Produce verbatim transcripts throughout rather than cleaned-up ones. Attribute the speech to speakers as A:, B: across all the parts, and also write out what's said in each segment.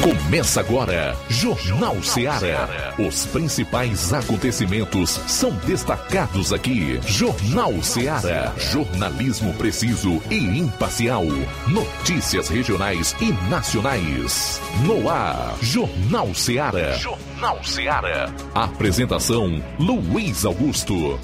A: Começa agora, Jornal Ceará. Os principais acontecimentos são destacados aqui. Jornal Ceará. Jornalismo preciso e imparcial. Notícias regionais e nacionais. No ar, Jornal Ceará. Jornal Ceará. Apresentação, Luiz Augusto.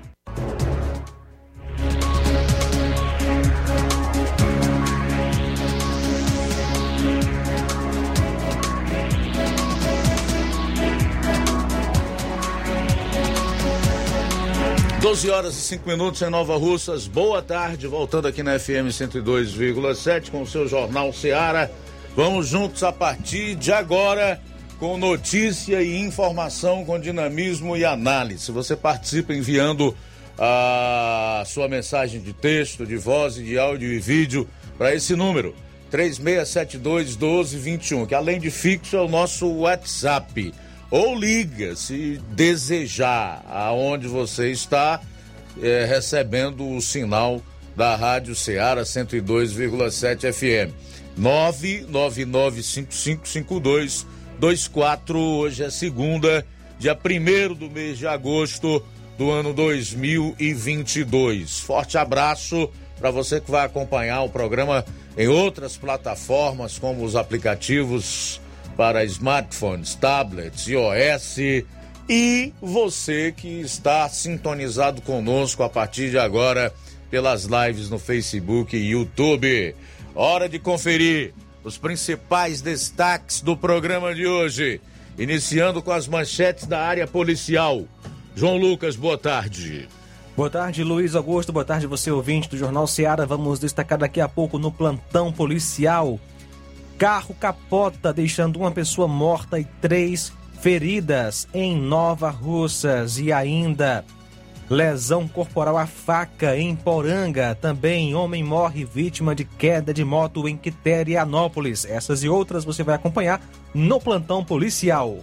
B: doze horas e cinco minutos em Nova Russas. Boa tarde, voltando aqui na F M cento e dois vírgula sete com o seu Jornal Ceará. Vamos juntos a partir de agora com notícia e informação com dinamismo e análise. Você participa enviando a sua mensagem de texto, de voz, de áudio e vídeo para esse número três seis sete dois, um dois dois um, que além de fixo é o nosso WhatsApp. Ou liga, se desejar, aonde você está é, recebendo o sinal da Rádio Ceará cento e dois vírgula sete F M. nove nove nove cinco cinco cinco dois dois quatro. Hoje é segunda, dia primeiro do mês de agosto do ano dois mil e vinte e dois. Forte abraço para você que vai acompanhar o programa em outras plataformas, como os aplicativos para smartphones, tablets, iOS, e você que está sintonizado conosco a partir de agora pelas lives no Facebook e YouTube. Hora de conferir os principais destaques do programa de hoje, iniciando com as manchetes da área policial. João Lucas, boa tarde.
C: Boa tarde, Luiz Augusto, boa tarde você ouvinte do Jornal Ceará. Vamos destacar daqui a pouco no plantão policial. Carro capota, deixando uma pessoa morta e três feridas em Nova Russas. E ainda, lesão corporal à faca em Poranga. Também, homem morre vítima de queda de moto em Quiterianópolis. Essas e outras você vai acompanhar no plantão policial.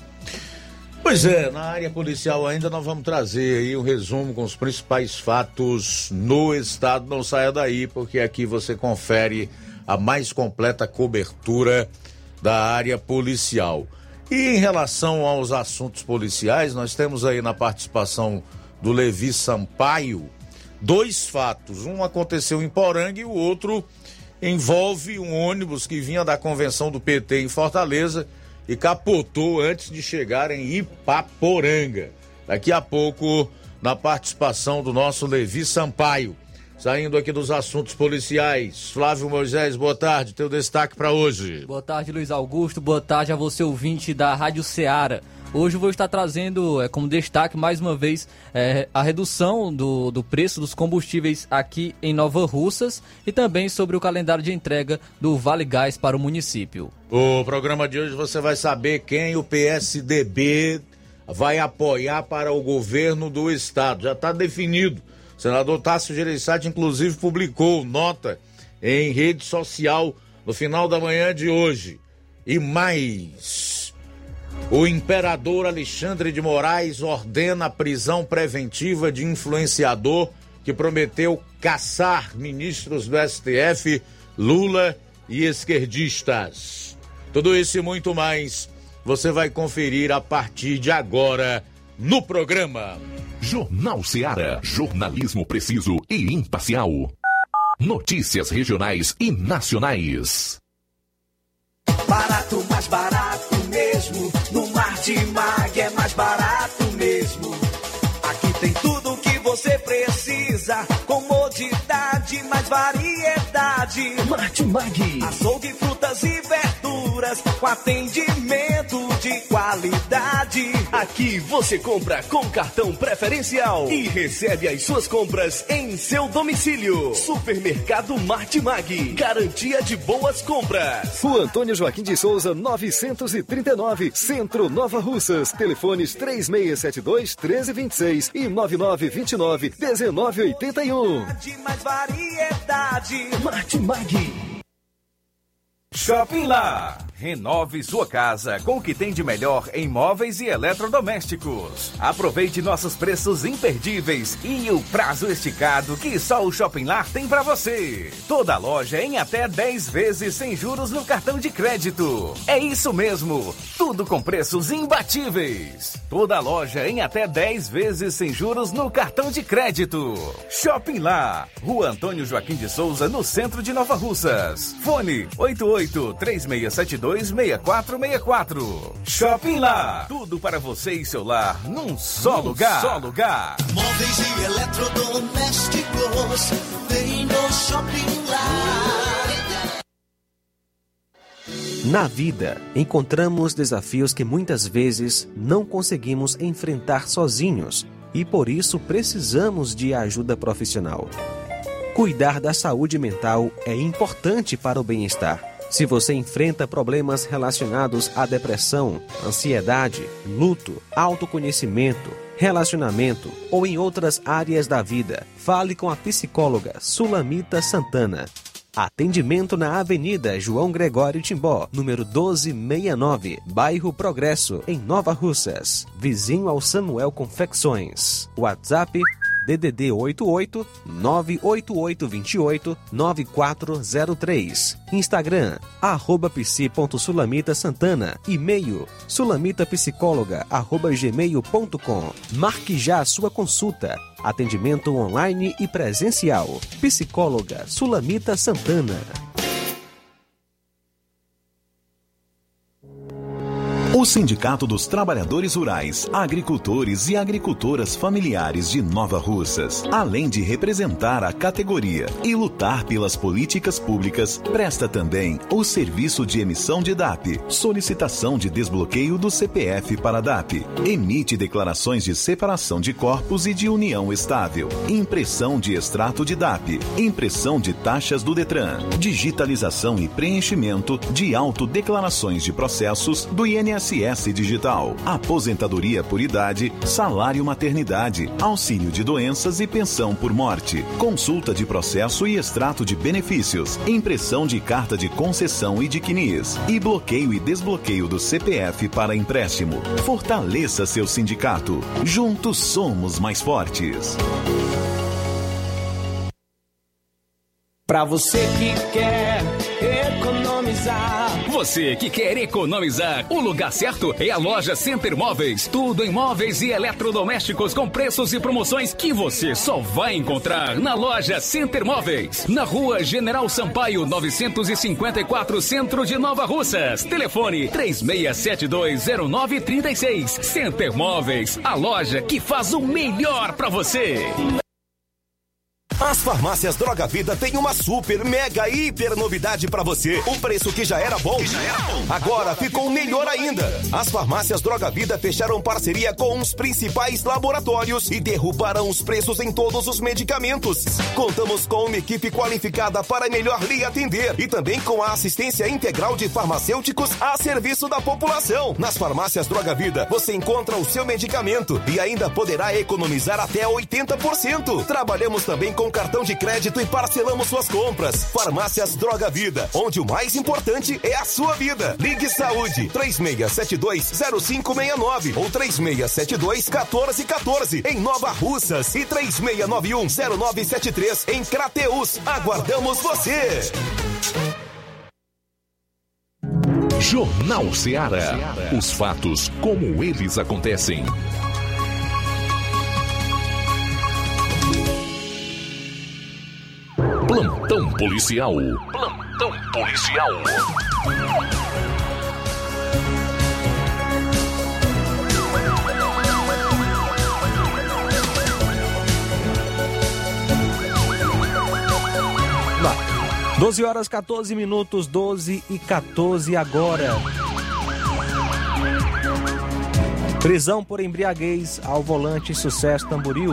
B: Pois é, na área policial ainda nós vamos trazer aí um resumo com os principais fatos no estado. Não saia daí, porque aqui você confere a mais completa cobertura da área policial. E em relação aos assuntos policiais, nós temos aí na participação do Levi Sampaio dois fatos. Um aconteceu em Poranga e o outro envolve um ônibus que vinha da convenção do P T em Fortaleza e capotou antes de chegar em Ipaporanga. Daqui a pouco, na participação do nosso Levi Sampaio. Saindo aqui dos assuntos policiais, Flávio Moisés, boa tarde, teu destaque para hoje.
D: Boa tarde, Luiz Augusto, boa tarde a você ouvinte da Rádio Ceará. Hoje eu vou estar trazendo é, como destaque, mais uma vez, é, a redução do, do preço dos combustíveis aqui em Nova Russas e também sobre o calendário de entrega do Vale Gás para o município.
B: O programa de hoje você vai saber quem o P S D B vai apoiar para o governo do estado. Já está definido. O senador Tássio Gereissati, inclusive, publicou nota em rede social no final da manhã de hoje. E mais, o imperador Alexandre de Moraes ordena a prisão preventiva de influenciador que prometeu caçar ministros do S T F, Lula e esquerdistas. Tudo isso e muito mais você vai conferir a partir de agora no programa.
A: Jornal Ceará. Jornalismo preciso e imparcial. Notícias regionais e nacionais.
E: Barato, mais barato mesmo. No Martimag é mais barato mesmo. Aqui tem tudo o que você precisa. Comodidade, mais variedade. Martimag. Açougue, frutas e verduras com atendimento de qualidade.
F: Aqui você compra com cartão preferencial e recebe as suas compras em seu domicílio. Supermercado Martimag, garantia de boas compras.
G: Rua Antônio Joaquim de Souza, novecentos e trinta e nove, Centro, Nova Russas. Telefones três seis sete dois, um três dois seis e nove nove dois nove, um nove oito um.
E: Mais variedade.
F: Martimag. Shopping Lá.
H: Renove sua casa com o que tem de melhor em móveis e eletrodomésticos. Aproveite nossos preços imperdíveis e o prazo esticado que só o Shopping Lar tem para você. Toda loja em até dez vezes sem juros no cartão de crédito. É isso mesmo, tudo com preços imbatíveis. Toda loja em até dez vezes sem juros no cartão de crédito. Shopping Lar, Rua Antônio Joaquim de Souza, no centro de Nova Russas. Fone oito oito três seis sete dois seis quatro seis quatro. Shopping Lar, tudo para você e seu lar num só num lugar. Só lugar.
E: Móveis e eletrodomésticos, vem no Shopping Lar.
C: Na vida, encontramos desafios que muitas vezes não conseguimos enfrentar sozinhos e por isso precisamos de ajuda profissional. Cuidar da saúde mental é importante para o bem-estar. Se você enfrenta problemas relacionados à depressão, ansiedade, luto, autoconhecimento, relacionamento ou em outras áreas da vida, fale com a psicóloga Sulamita Santana. Atendimento na Avenida João Gregório Timbó, número doze sessenta e nove, bairro Progresso, em Nova Russas, vizinho ao Samuel Confecções. WhatsApp D D D oito oito nove oito oito dois oito nove quatro zero três. Instagram, arroba psi.sulamita Santana. E-mail, sulamitapsicóloga, arroba gmail ponto com. Marque já a sua consulta. Atendimento online e presencial. Psicóloga Sulamita Santana.
I: O Sindicato dos Trabalhadores Rurais, Agricultores e Agricultoras Familiares de Nova Russas, além de representar a categoria e lutar pelas políticas públicas, presta também o serviço de emissão de D A P, solicitação de desbloqueio do C P F para D A P, emite declarações de separação de corpos e de união estável, impressão de extrato de D A P, impressão de taxas do Detran, digitalização e preenchimento de autodeclarações de processos do I N S S Digital, aposentadoria por idade, salário maternidade, auxílio de doenças e pensão por morte, consulta de processo e extrato de benefícios, impressão de carta de concessão e de C N I S, e bloqueio e desbloqueio do C P F para empréstimo. Fortaleça seu sindicato. Juntos somos mais fortes.
E: Pra você que quer economizar.
J: Você que quer economizar, o lugar certo é a loja Center Móveis. Tudo em móveis e eletrodomésticos com preços e promoções que você só vai encontrar na loja Center Móveis. Na rua General Sampaio, novecentos e cinquenta e quatro, centro de Nova Russas. Telefone três seis sete dois zero nove três seis. Center Móveis, a loja que faz o melhor pra você.
F: As farmácias Droga Vida têm uma super, mega, hiper novidade pra você. O preço que já era bom, que já era bom. Agora ficou melhor ainda. As farmácias Droga Vida fecharam parceria com os principais laboratórios e derrubaram os preços em todos os medicamentos. Contamos com uma equipe qualificada para melhor lhe atender e também com a assistência integral de farmacêuticos a serviço da população. Nas farmácias Droga Vida, você encontra o seu medicamento e ainda poderá economizar até oitenta por cento. Trabalhamos também com cartão de crédito e parcelamos suas compras. Farmácias Droga Vida, onde o mais importante é a sua vida. Ligue Saúde três seis sete dois zero cinco seis nove ou três seis sete dois um quatro um quatro em Nova Russas e três seis nove um zero nove sete três em Crateús. Aguardamos você.
A: Jornal Ceará. Os fatos como eles acontecem. Plantão policial. Plantão policial.
C: doze horas quatorze minutos, doze e quatorze agora. Prisão por embriaguez ao volante Sucesso Tamboril.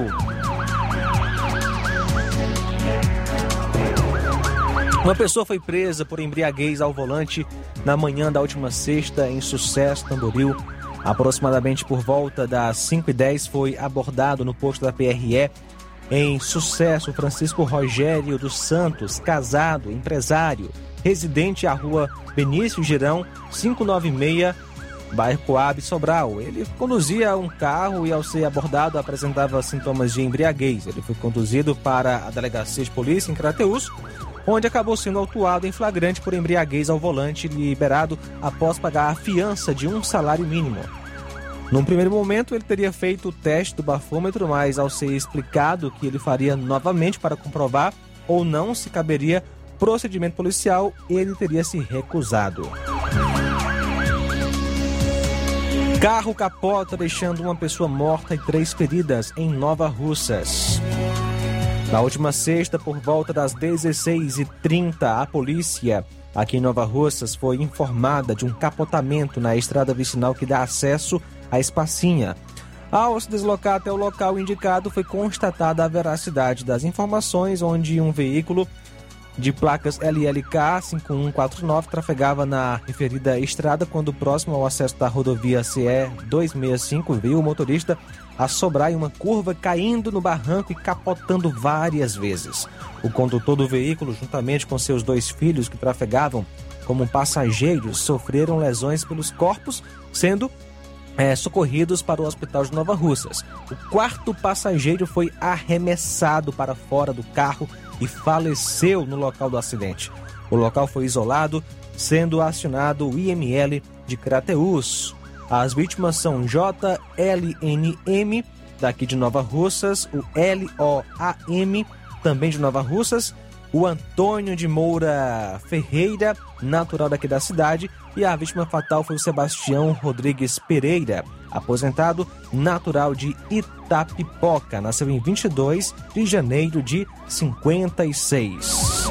C: Uma pessoa foi presa por embriaguez ao volante na manhã da última sexta em Sucesso Tamboril. Aproximadamente por volta das cinco e dez foi abordado no posto da P R E em Sucesso Francisco Rogério dos Santos, casado, empresário, residente à rua Benício Girão, quinhentos e noventa e seis, bairro Coab, Sobral. Ele conduzia um carro e, ao ser abordado, apresentava sintomas de embriaguez. Ele foi conduzido para a delegacia de polícia em Crateús, onde acabou sendo autuado em flagrante por embriaguez ao volante, liberado após pagar a fiança de um salário mínimo. Num primeiro momento, ele teria feito o teste do bafômetro, mas ao ser explicado que ele faria novamente para comprovar ou não se caberia procedimento policial, ele teria se recusado. Carro capota, deixando uma pessoa morta e três feridas em Nova Russas. Na última sexta, por volta das dezesseis e trinta, a polícia aqui em Nova Russas foi informada de um capotamento na estrada vicinal que dá acesso à Espacinha. Ao se deslocar até o local indicado, foi constatada a veracidade das informações, onde um veículo de placas L L K cinco um quatro nove trafegava na referida estrada quando, próximo ao acesso da rodovia C E duzentos e sessenta e cinco, viu o motorista assobrar em uma curva, caindo no barranco e capotando várias vezes. O condutor do veículo, juntamente com seus dois filhos que trafegavam como passageiros, sofreram lesões pelos corpos, sendo é, socorridos para o hospital de Nova Russas. O quarto passageiro foi arremessado para fora do carro e faleceu no local do acidente. O local foi isolado, sendo acionado o I M L de Crateús. As vítimas são J L N M, daqui de Nova Russas, o L O A M, também de Nova Russas, o Antônio de Moura Ferreira, natural daqui da cidade, e a vítima fatal foi o Sebastião Rodrigues Pereira, aposentado, natural de Itapipoca, nasceu em vinte e dois de janeiro de cinquenta e seis.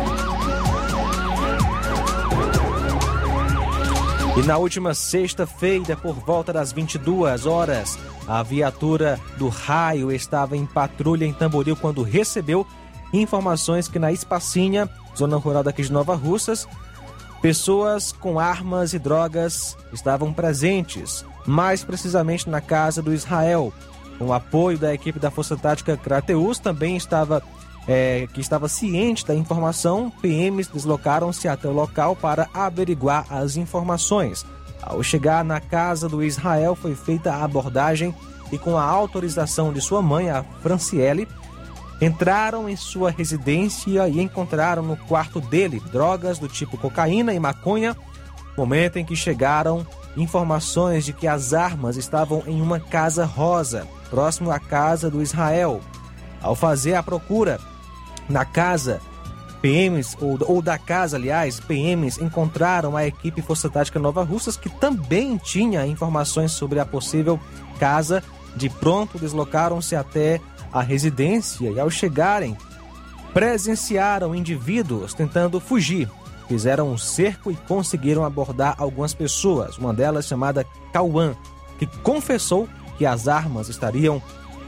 C: E na última sexta-feira, por volta das vinte e duas horas, a viatura do raio estava em patrulha em Tamboril quando recebeu informações que na Espacinha, zona rural daqui de Nova Russas, pessoas com armas e drogas estavam presentes, mais precisamente na casa do Israel. Com o apoio da equipe da Força Tática Crateús, também estava, é, que estava ciente da informação, P Ms deslocaram-se até o local para averiguar as informações. Ao chegar na casa do Israel, foi feita a abordagem e, com a autorização de sua mãe, a Franciele, entraram em sua residência e encontraram no quarto dele drogas do tipo cocaína e maconha. Momento em que chegaram informações de que as armas estavam em uma casa rosa, próximo à casa do Israel. Ao fazer a procura na casa, P Ms, ou, ou da casa, aliás, P Ms encontraram a equipe Força Tática Nova Russas, que também tinha informações sobre a possível casa. De pronto, deslocaram-se até a residência e, ao chegarem, presenciaram indivíduos tentando fugir. Fizeram um cerco e conseguiram abordar algumas pessoas, uma delas chamada Cauã, que confessou que as armas estariam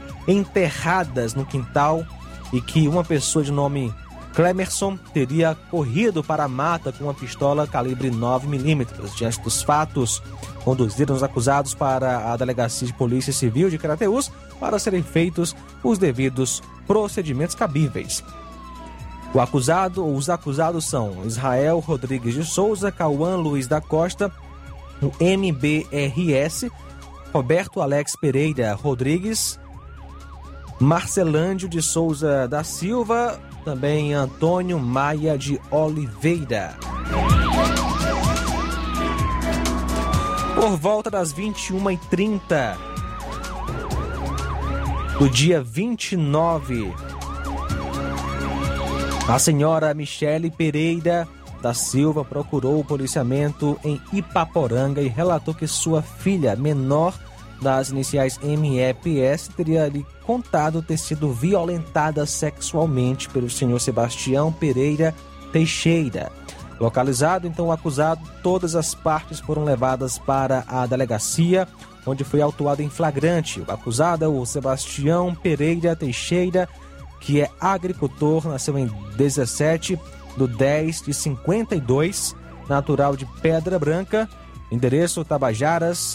C: enterradas no quintal e que uma pessoa de nome Clemerson teria corrido para a mata com uma pistola calibre nove milímetros. Diante dos fatos, conduziram os acusados para a Delegacia de Polícia Civil de Crateús para serem feitos os devidos procedimentos cabíveis. O acusado, ou os acusados são Israel Rodrigues de Souza, Cauã Luiz da Costa, o M B R S, Roberto Alex Pereira Rodrigues, Marcelândio de Souza da Silva, também Antônio Maia de Oliveira. Por volta das vinte e uma e trinta do dia vinte e nove, a senhora Michele Pereira da Silva procurou o policiamento em Ipaporanga e relatou que sua filha menor, das iniciais M E P S, teria lhe contado ter sido violentada sexualmente pelo senhor Sebastião Pereira Teixeira. Localizado, então, o acusado, todas as partes foram levadas para a delegacia, onde foi autuado em flagrante. O acusado é o Sebastião Pereira Teixeira, que é agricultor, nasceu em dezessete de dez de cinquenta e dois, natural de Pedra Branca, endereço Tabajaras,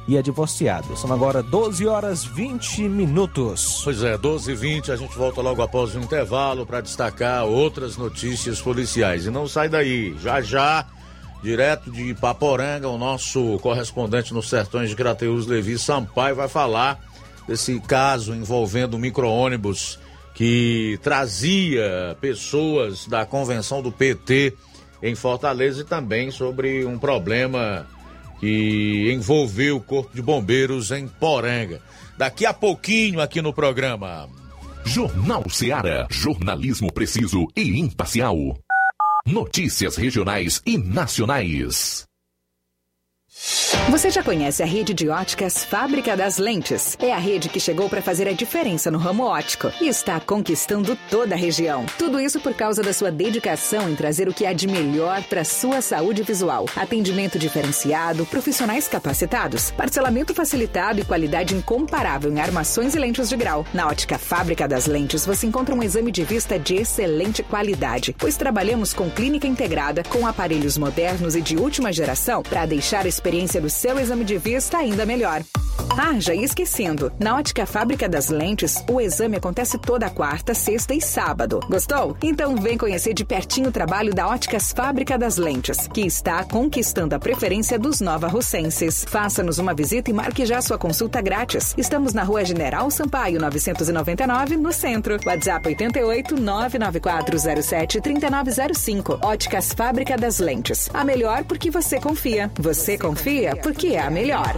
C: e é divorciado. São agora doze horas e vinte minutos.
B: Pois é, doze e vinte, a gente volta logo após o intervalo para destacar outras notícias policiais. E não sai daí, já já, direto de Ipaporanga, o nosso correspondente nos Sertões de Crateús, Levi Sampaio, vai falar desse caso envolvendo um micro-ônibus que trazia pessoas da convenção do P T em Fortaleza e também sobre um problema que envolveu o Corpo de Bombeiros em Poranga. Daqui a pouquinho aqui no programa.
A: Jornal Ceará, jornalismo preciso e imparcial. Notícias regionais e nacionais.
K: Você já conhece a rede de óticas Fábrica das Lentes? É a rede que chegou para fazer a diferença no ramo óptico e está conquistando toda a região. Tudo isso por causa da sua dedicação em trazer o que há de melhor para a sua saúde visual. Atendimento diferenciado, profissionais capacitados, parcelamento facilitado e qualidade incomparável em armações e lentes de grau. Na ótica Fábrica das Lentes você encontra um exame de vista de excelente qualidade, pois trabalhamos com clínica integrada, com aparelhos modernos e de última geração para deixar a experiência do seu exame de vista ainda melhor. Ah, já ia esquecendo. Na ótica Fábrica das Lentes, o exame acontece toda quarta, sexta e sábado. Gostou? Então vem conhecer de pertinho o trabalho da Óticas Fábrica das Lentes, que está conquistando a preferência dos nova-russenses. Faça-nos uma visita e marque já sua consulta grátis. Estamos na Rua General Sampaio, novecentos e noventa e nove, no centro. WhatsApp oito oito, nove nove quatro zero sete, três nove zero cinco. Óticas Fábrica das Lentes. A melhor porque você confia. Você confia porque é a melhor.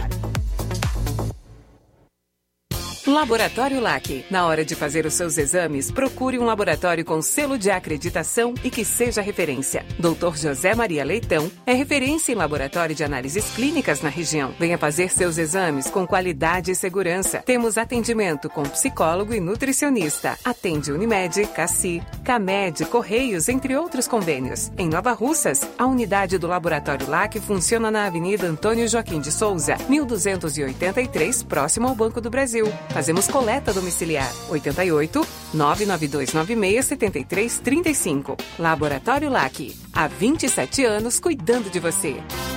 L: Laboratório L A C. Na hora de fazer os seus exames, procure um laboratório com selo de acreditação e que seja referência. doutor José Maria Leitão é referência em laboratório de análises clínicas na região. Venha fazer seus exames com qualidade e segurança. Temos atendimento com psicólogo e nutricionista. Atende Unimed, Cassi, Camed, Correios, entre outros convênios. Em Nova Russas, a unidade do Laboratório L A C funciona na Avenida Antônio Joaquim de Souza, mil duzentos e oitenta e três, próximo ao Banco do Brasil. Fazemos coleta domiciliar. oito oito, nove nove dois nove seis, sete três três cinco. Laboratório L A C. Há vinte e sete anos cuidando de você.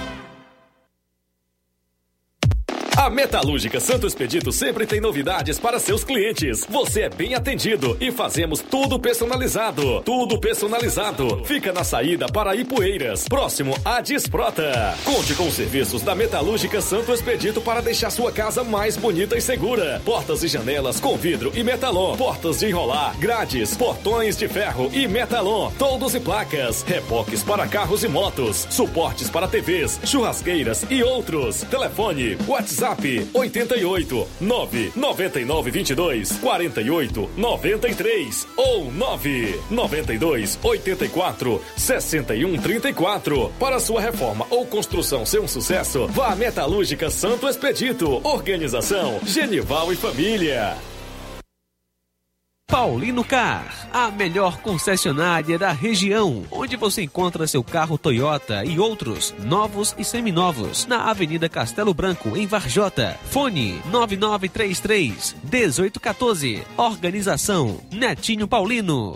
M: A Metalúrgica Santo Expedito sempre tem novidades para seus clientes. Você é bem atendido e fazemos tudo personalizado. Tudo personalizado. Fica na saída para Ipueiras, próximo a Desprota. Conte com os serviços da Metalúrgica Santo Expedito para deixar sua casa mais bonita e segura. Portas e janelas com vidro e metalon. Portas de enrolar, grades, portões de ferro e metalon. Toldos e placas. Reboques para carros e motos. Suportes para T Vs, churrasqueiras e outros. Telefone, WhatsApp oito oito, nove nove nove dois dois, quatro oito nove três ou nove nove dois oito quatro, seis um três quatro. Para sua reforma ou construção ser um sucesso, vá à Metalúrgica Santo Expedito. Organização Genival e Família.
N: Paulino Car, a melhor concessionária da região, onde você encontra seu carro Toyota e outros, novos e seminovos, na Avenida Castelo Branco, em Varjota. Fone nove nove três três, um oito um quatro. Organização Netinho Paulino.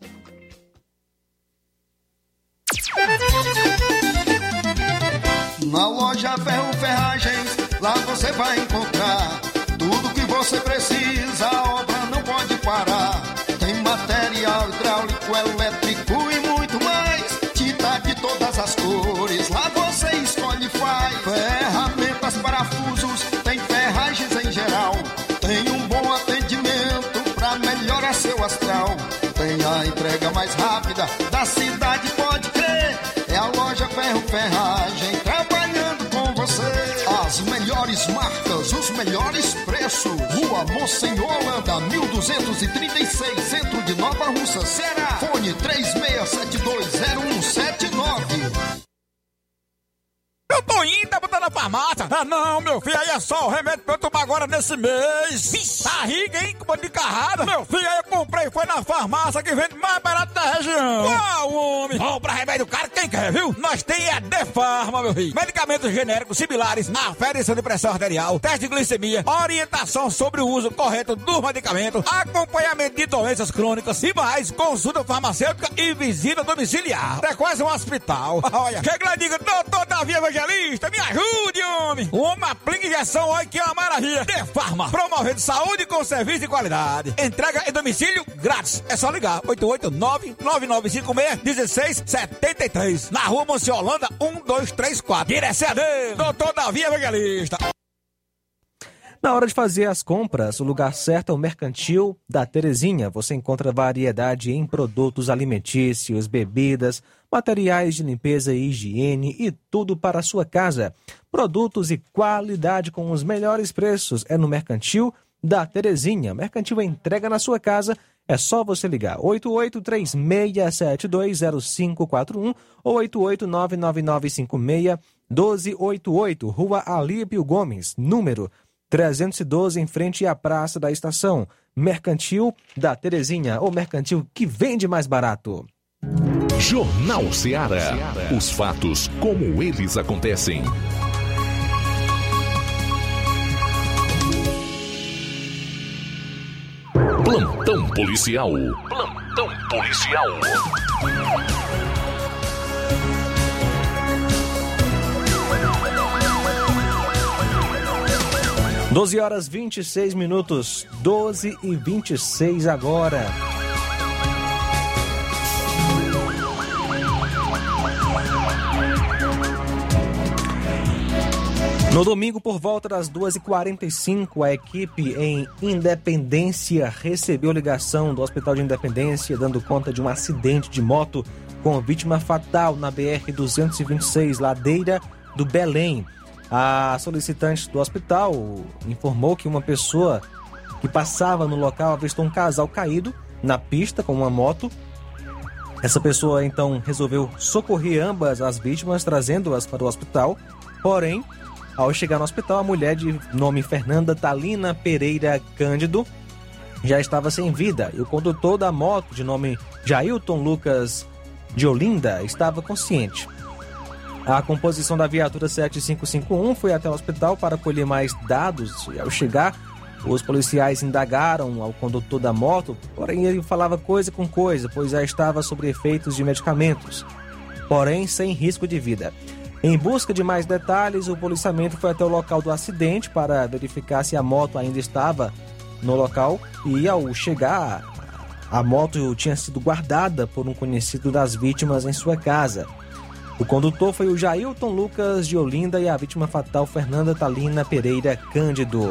O: Na loja Ferro Ferragens, lá você vai encontrar tudo que você precisa, a obra não pode parar. Tem material hidráulico, elétrico e muito mais. Tinta de todas as cores, lá você escolhe e faz. Ferramentas, parafusos, tem ferragens em geral. Tem um bom atendimento pra melhorar seu astral. Tem a entrega mais rápida da cidade, pode crer. É a loja Ferro Ferragem trabalhando com você. As melhores marcas, os melhores preços. Rua Monsenhor Holanda, mil duzentos e trinta e seis, centro de Nova Russa, Ceará. Fone três seis sete dois zero um sete nove.
P: Eu tô indo, tá botando na farmácia. Ah, não, meu filho, aí é só o remédio pra eu tomar agora nesse mês. Vixe, barriga, hein, com de carrada. Meu filho, aí eu comprei, foi na farmácia que vende mais barato da região. Qual, homem? Compra remédio caro, quem quer, viu? Nós tem a Defarma, meu filho. Medicamentos genéricos similares, aferição de pressão arterial, teste de glicemia, orientação sobre o uso correto do medicamento, acompanhamento de doenças crônicas e mais, consulta farmacêutica e visita domiciliar. É quase um hospital. Olha, chega lá e diga, doutor Davi Evangelista, me ajude, homem! homem. Uma aplica injeção, olha que é uma maravilha. De Farma, promovendo saúde com serviço de qualidade. Entrega em domicílio grátis. É só ligar, oito oito nove, nove nove cinco seis, um seis sete três. Na rua Monsiolanda, um dois três quatro. Direção dele, doutor Davi Evangelista.
C: Na hora de fazer as compras, o lugar certo é o Mercantil da Terezinha. Você encontra variedade em produtos alimentícios, bebidas, materiais de limpeza e higiene e tudo para a sua casa. Produtos e qualidade com os melhores preços é no Mercantil da Terezinha. Mercantil entrega na sua casa. É só você ligar oito oito três seis sete dois zero cinco quatro um ou oito oito nove nove nove cinco seis um dois oito oito, Rua Alípio Gomes, número trezentos e doze, em frente à Praça da Estação. Mercantil da Terezinha, o mercantil que vende mais barato.
A: Jornal Ceará. Os fatos como eles acontecem. Plantão policial. Plantão policial.
C: doze horas e vinte e seis minutos, doze e vinte e seis agora. No domingo, por volta das duas e quarenta e cinco, a equipe em Independência recebeu ligação do Hospital de Independência dando conta de um acidente de moto com vítima fatal na B R duzentos e vinte e seis, ladeira do Belém. A solicitante do hospital informou que uma pessoa que passava no local avistou um casal caído na pista com uma moto. Essa pessoa então resolveu socorrer ambas as vítimas, trazendo-as para o hospital. Porém, ao chegar no hospital, a mulher de nome Fernanda Talina Pereira Cândido já estava sem vida e o condutor da moto, de nome Jailton Lucas de Olinda, estava consciente. A composição da viatura sete cinco cinco um foi até o hospital para colher mais dados e, ao chegar, os policiais indagaram ao condutor da moto, porém ele falava coisa com coisa, pois já estava sob efeitos de medicamentos, porém sem risco de vida. Em busca de mais detalhes, o policiamento foi até o local do acidente para verificar se a moto ainda estava no local e, ao chegar, a moto tinha sido guardada por um conhecido das vítimas em sua casa. O condutor foi o Jailton Lucas de Olinda e a vítima fatal Fernanda Talina Pereira Cândido.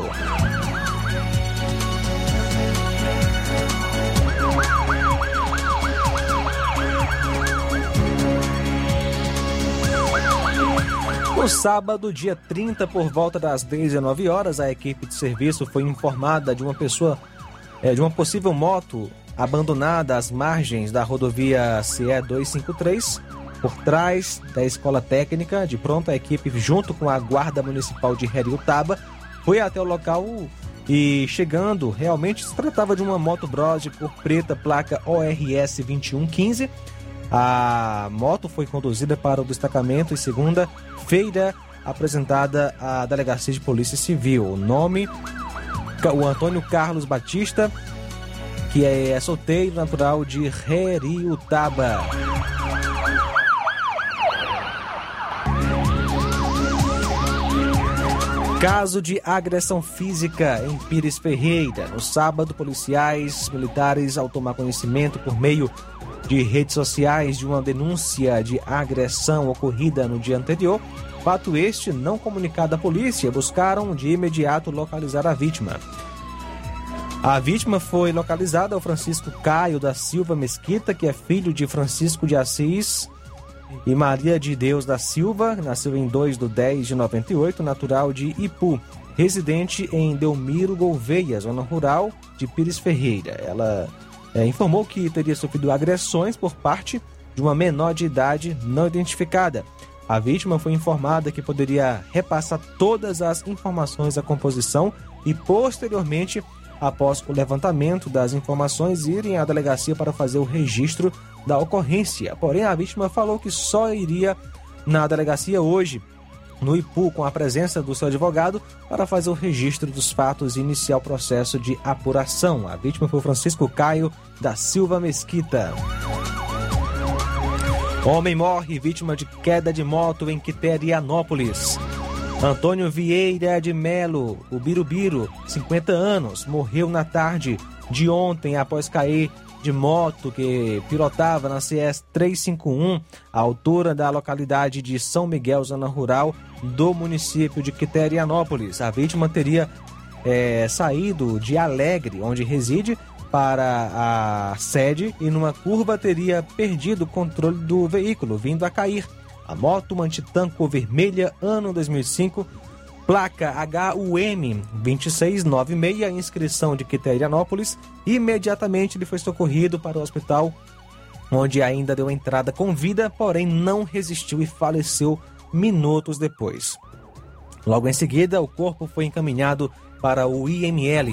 C: No sábado, dia trinta, por volta das dezenove horas, a equipe de serviço foi informada de uma pessoa, é, de uma possível moto abandonada às margens da rodovia C E duzentos e cinquenta e três, por trás da Escola Técnica. De pronto, a equipe, junto com a Guarda Municipal de Heriotaba, foi até o local e, chegando, realmente se tratava de uma moto Bros de cor preta, placa O R S vinte e um quinze. A moto foi conduzida para o destacamento e segunda-feira apresentada à Delegacia de Polícia Civil. O nome, o Antônio Carlos Batista, que é solteiro, natural de Heriotaba. Caso de agressão física em Pires Ferreira. No sábado, policiais militares, ao tomar conhecimento por meio de redes sociais de uma denúncia de agressão ocorrida no dia anterior, fato este não comunicado à polícia, buscaram de imediato localizar a vítima. A vítima foi localizada ao Francisco Caio da Silva Mesquita, que é filho de Francisco de Assis e Maria de Deus da Silva, nasceu em dois de dez de noventa e oito, natural de Ipu, residente em Delmiro Gouveia, zona rural de Pires Ferreira. Ela é, informou que teria sofrido agressões por parte de uma menor de idade não identificada. A vítima foi informada que poderia repassar todas as informações à composição e, posteriormente, após o levantamento das informações, irem à delegacia para fazer o registro da ocorrência. Porém, a vítima falou que só iria na delegacia hoje, no Ipu, com a presença do seu advogado, para fazer o registro dos fatos e iniciar o processo de apuração. A vítima foi o Francisco Caio da Silva Mesquita. Homem morre vítima de queda de moto em Quiterianópolis. Antônio Vieira de Melo, o Birubiru, cinquenta anos, morreu na tarde de ontem após cair de moto que pilotava na C S trezentos e cinquenta e um, à altura da localidade de São Miguel, zona rural do município de Quiterianópolis. A vítima teria é, saído de Alegre, onde reside, para a sede e numa curva teria perdido o controle do veículo, vindo a cair. A moto, uma Titan cor vermelha, ano dois mil e cinco, placa H U M dois seis nove seis, inscrição de Quiterianópolis. Imediatamente ele foi socorrido para o hospital, onde ainda deu entrada com vida, porém não resistiu e faleceu minutos depois. Logo em seguida, o corpo foi encaminhado para o I M L.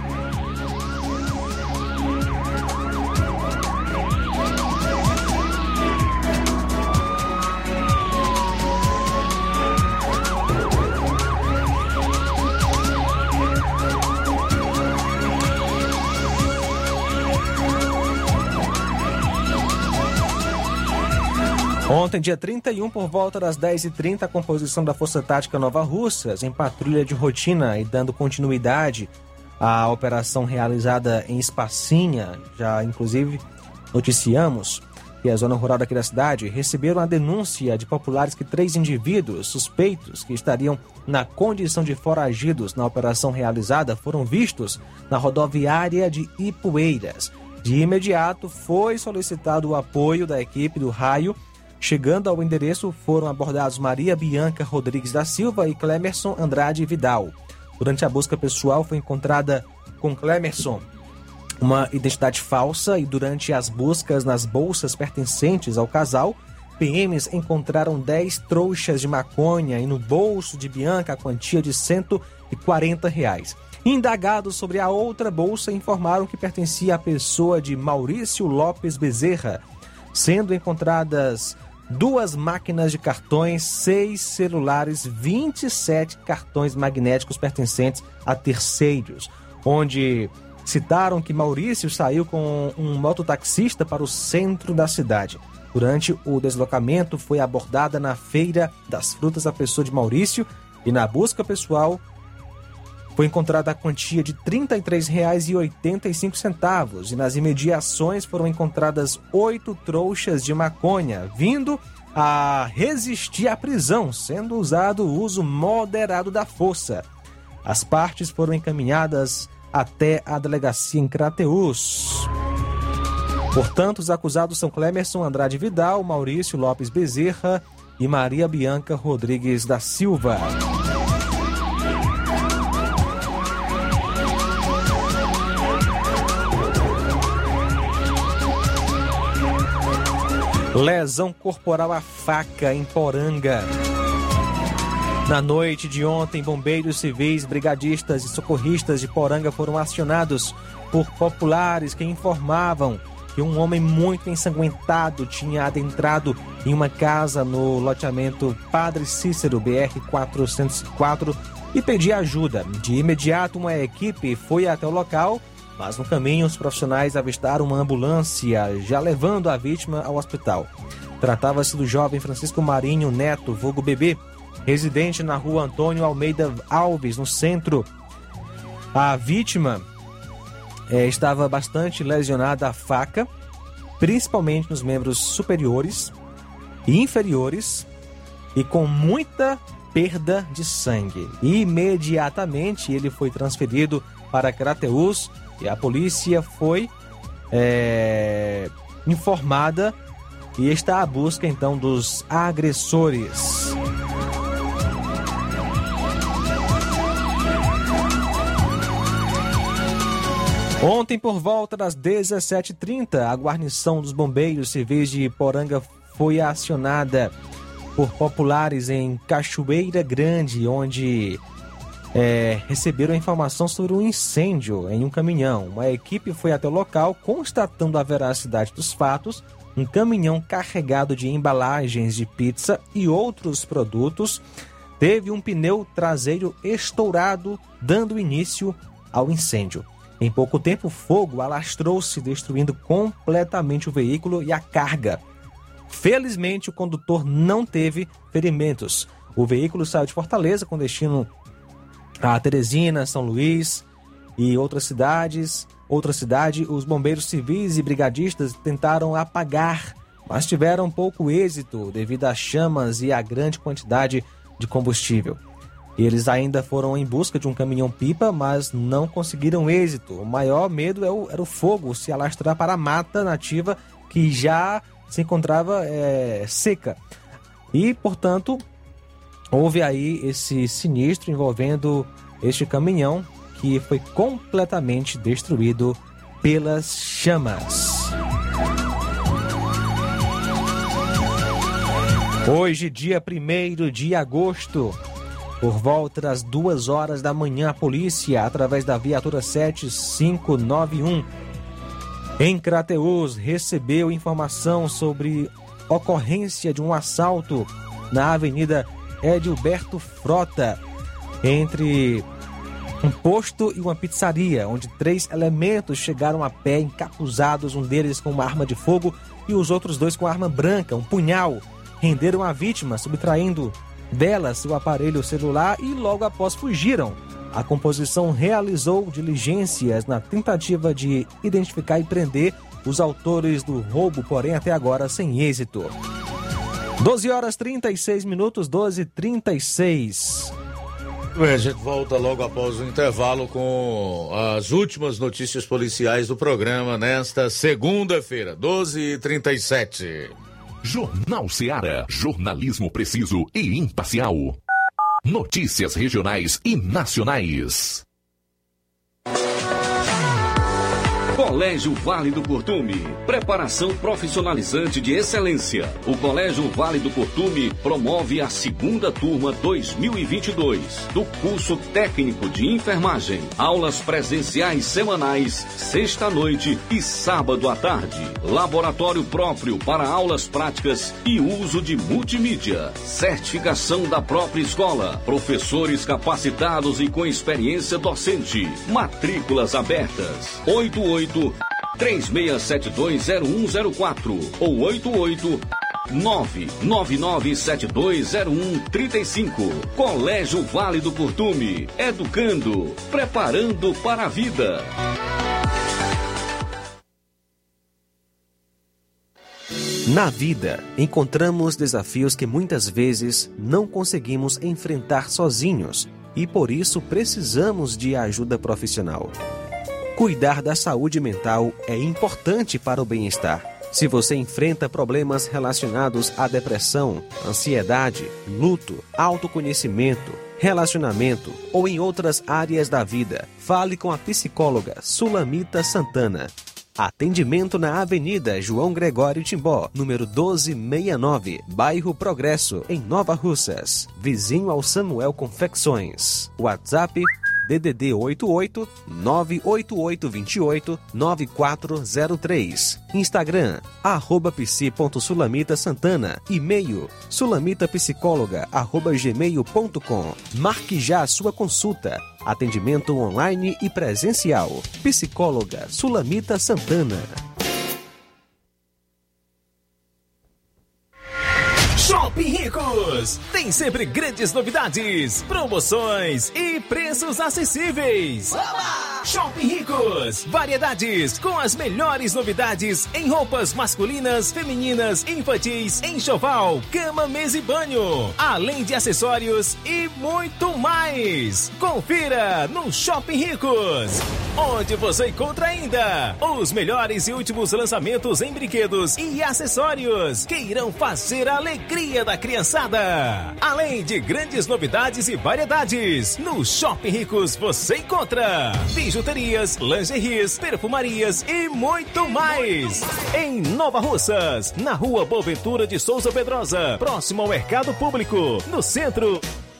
C: Ontem, dia trinta e um, por volta das dez e trinta, a composição da Força Tática Nova Russas, em patrulha de rotina e dando continuidade à operação realizada em Espacinha, já inclusive noticiamos que a zona rural daqui da cidade, receberam a denúncia de populares que três indivíduos suspeitos que estariam na condição de foragidos na operação realizada foram vistos na rodoviária de Ipueiras. De imediato, foi solicitado o apoio da equipe do Raio. Chegando ao endereço, foram abordados Maria Bianca Rodrigues da Silva e Clemerson Andrade Vidal. Durante a busca pessoal, foi encontrada com Clemerson uma identidade falsa e durante as buscas nas bolsas pertencentes ao casal, P Ms encontraram dez trouxas de maconha e no bolso de Bianca a quantia de cento e quarenta reais. Indagados sobre a outra bolsa, informaram que pertencia à pessoa de Maurício Lopes Bezerra, sendo encontradas duas máquinas de cartões, seis celulares, vinte e sete cartões magnéticos pertencentes a terceiros, onde citaram que Maurício saiu com um mototaxista para o centro da cidade. Durante o deslocamento, foi abordada na Feira das Frutas a pessoa de Maurício e na busca pessoal foi encontrada a quantia de trinta e três reais e oitenta e cinco centavos e nas imediações foram encontradas oito trouxas de maconha, vindo a resistir à prisão, sendo usado o uso moderado da força. As partes foram encaminhadas até a delegacia em Crateús. Portanto, os acusados são Clemerson Andrade Vidal, Maurício Lopes Bezerra e Maria Bianca Rodrigues da Silva. Lesão corporal à faca em Poranga. Na noite de ontem, bombeiros civis, brigadistas e socorristas de Poranga foram acionados por populares que informavam que um homem muito ensanguentado tinha adentrado em uma casa no loteamento Padre Cícero, B R quatrocentos e quatro, e pedia ajuda. De imediato, uma equipe foi até o local, mas no caminho os profissionais avistaram uma ambulância já levando a vítima ao hospital. Tratava-se do jovem Francisco Marinho Neto, vulgo Bebê, residente na rua Antônio Almeida Alves, no centro. A vítima é, estava bastante lesionada à faca, principalmente nos membros superiores e inferiores, e com muita perda de sangue. Imediatamente ele foi transferido para Crateús e a polícia foi é, informada e está à busca então dos agressores. Ontem, por volta das dezessete e trinta, a guarnição dos bombeiros civis de Poranga foi acionada por populares em Cachoeira Grande, onde é, receberam a informação sobre um incêndio em um caminhão. Uma equipe foi até o local, constatando a veracidade dos fatos. Um caminhão carregado de embalagens de pizza e outros produtos teve um pneu traseiro estourado, dando início ao incêndio. Em pouco tempo, o fogo alastrou-se, destruindo completamente o veículo e a carga. Felizmente, o condutor não teve ferimentos. O veículo saiu de Fortaleza com destino a Teresina, São Luís e outras cidades. Outra cidade, os bombeiros civis e brigadistas tentaram apagar, mas tiveram pouco êxito devido às chamas e à grande quantidade de combustível. Eles ainda foram em busca de um caminhão-pipa, mas não conseguiram êxito. O maior medo era o fogo se alastrar para a mata nativa que já se encontrava é, seca. E, portanto, houve aí esse sinistro envolvendo este caminhão que foi completamente destruído pelas chamas. Hoje, dia primeiro de agosto, por volta das duas horas da manhã, a polícia, através da viatura sete cinco nove um, em Crateús, recebeu informação sobre ocorrência de um assalto na Avenida Edilberto Frota, entre um posto e uma pizzaria, onde três elementos chegaram a pé encapuzados, um deles com uma arma de fogo e os outros dois com arma branca, um punhal. Renderam a vítima, subtraindo dela seu aparelho celular e logo após fugiram. A composição realizou diligências na tentativa de identificar e prender os autores do roubo, porém até agora sem êxito. doze horas e trinta e seis minutos, doze e trinta e seis.
B: Bem, a gente volta logo após o intervalo com as últimas notícias policiais do programa nesta segunda-feira, doze e trinta e sete.
A: Jornal Ceará, jornalismo preciso e imparcial. Notícias regionais e nacionais.
M: Colégio Vale do Curtume, preparação profissionalizante de excelência. O Colégio Vale do Curtume promove a segunda turma dois mil e vinte e dois do curso técnico de enfermagem. Aulas presenciais semanais, sexta-noite e sábado à tarde. Laboratório próprio para aulas práticas e uso de multimídia. Certificação da própria escola. Professores capacitados e com experiência docente. Matrículas abertas. oito oito três seis sete dois zero um zero quatro ou oito oito nove nove nove sete dois zero um três cinco. Colégio Vale do Curtume, educando, preparando para a vida.
C: Na vida, encontramos desafios que muitas vezes não conseguimos enfrentar sozinhos e por isso precisamos de ajuda profissional. Cuidar da saúde mental é importante para o bem-estar. Se você enfrenta problemas relacionados à depressão, ansiedade, luto, autoconhecimento, relacionamento ou em outras áreas da vida, fale com a psicóloga Sulamita Santana. Atendimento na Avenida João Gregório Timbó, número doze sessenta e nove, bairro Progresso, em Nova Russas, vizinho ao Samuel Confecções. WhatsApp D D D oito oito nove oito oito dois oito nove quatro zero três. Instagram, arroba psi.sulamita Santana. E-mail, sulamitapsicóloga, arroba gmail ponto com. Marque já a sua consulta. Atendimento online e presencial. Psicóloga Sulamita Santana.
Q: Shopping Ricos! Tem sempre grandes novidades, promoções e preços acessíveis. Oba! Shopping Ricos! Variedades com as melhores novidades em roupas masculinas, femininas, infantis, enxoval, cama, mesa e banho. Além de acessórios e muito mais. Confira no Shopping Ricos, onde você encontra ainda os melhores e últimos lançamentos em brinquedos e acessórios que irão fazer a alegria da criançada. Além de grandes novidades e variedades, no Shopping Ricos você encontra bijuterias, lingeries, perfumarias e muito mais. Em Nova Russas, na rua Boaventura de Souza Pedrosa, próximo ao Mercado Público, no centro.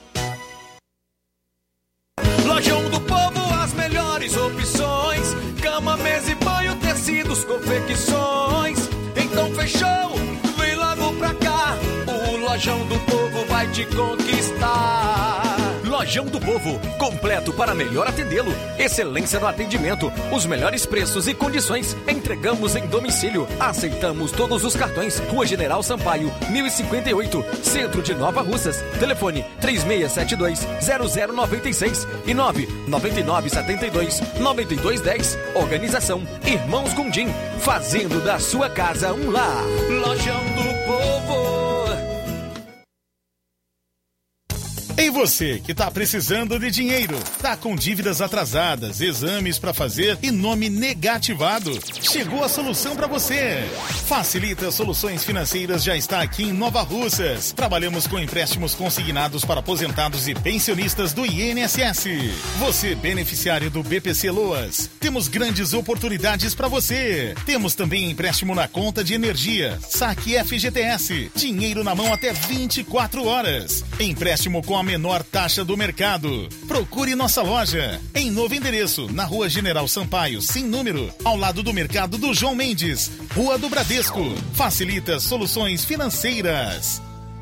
E: Lojão do Povo, as melhores opções: cama, mesa e banho, tecidos, confecções. Então fechou, vem logo pra cá. O Lojão do Povo vai te conquistar.
R: Lojão do Povo, completo para melhor atendê-lo. Excelência no atendimento, os melhores preços e condições. Entregamos em domicílio. Aceitamos todos os cartões. Rua General Sampaio, mil e cinquenta e oito, Centro de Nova Russas. Telefone três seis sete dois, zero zero nove seis e nove nove nove sete dois, nove dois um zero. Organização Irmãos Gondim, fazendo da sua casa um lar. Lojão do Povo.
S: E você que tá precisando de dinheiro, tá com dívidas atrasadas, exames para fazer e nome negativado? Chegou a solução para você. Facilita Soluções Financeiras já está aqui em Nova Russas. Trabalhamos com empréstimos consignados para aposentados e pensionistas do I N S S. Você beneficiário do B P C Loas, temos grandes oportunidades para você. Temos também empréstimo na conta de energia, saque F G T S, dinheiro na mão até vinte e quatro horas. Empréstimo com a menor taxa do mercado. Procure nossa loja em novo endereço, na Rua General Sampaio, sem número, ao lado do mercado do João Mendes, Rua do Bradesco. Facilita Soluções Financeiras.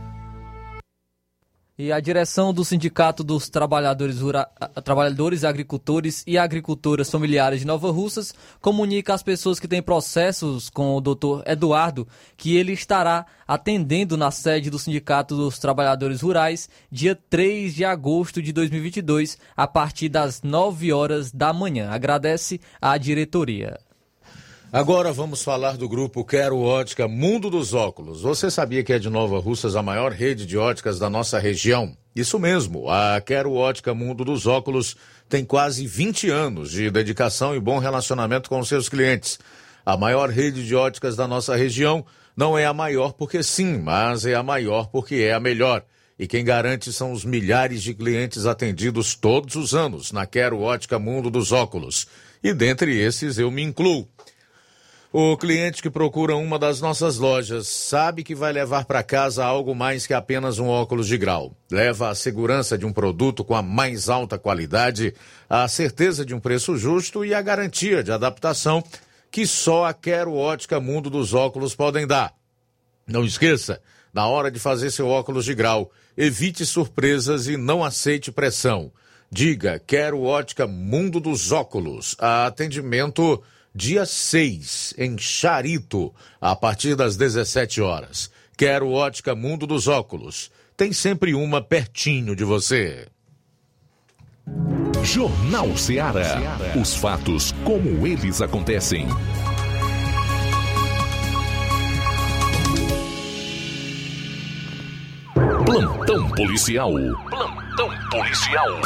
D: E a direção do Sindicato dos Trabalhadores, Rura... Trabalhadores, Agricultores e Agricultoras Familiares de Nova Russas comunica às pessoas que têm processos com o doutor Eduardo que ele estará atendendo na sede do Sindicato dos Trabalhadores Rurais dia três de agosto de dois mil e vinte e dois, a partir das nove horas da manhã. Agradece a diretoria.
B: Agora vamos falar do grupo Quero Ótica Mundo dos Óculos. Você sabia que é de Nova Russas a maior rede de óticas da nossa região? Isso mesmo, a Quero Ótica Mundo dos Óculos tem quase vinte anos de dedicação e bom relacionamento com seus clientes. A maior rede de óticas da nossa região não é a maior porque sim, mas é a maior porque é a melhor. E quem garante são os milhares de clientes atendidos todos os anos na Quero Ótica Mundo dos Óculos. E dentre esses eu me incluo. O cliente que procura uma das nossas lojas sabe que vai levar para casa algo mais que apenas um óculos de grau. Leva a segurança de um produto com a mais alta qualidade, a certeza de um preço justo e a garantia de adaptação que só a Quero Ótica Mundo dos Óculos podem dar. Não esqueça, na hora de fazer seu óculos de grau, evite surpresas e não aceite pressão. Diga Quero Ótica Mundo dos Óculos. Atendimento dia seis, em Charito, a partir das dezessete horas. Quero Ótica Mundo dos Óculos. Tem sempre uma pertinho de você.
A: Jornal Ceará. Os fatos como eles acontecem. Plantão policial. Plantão policial.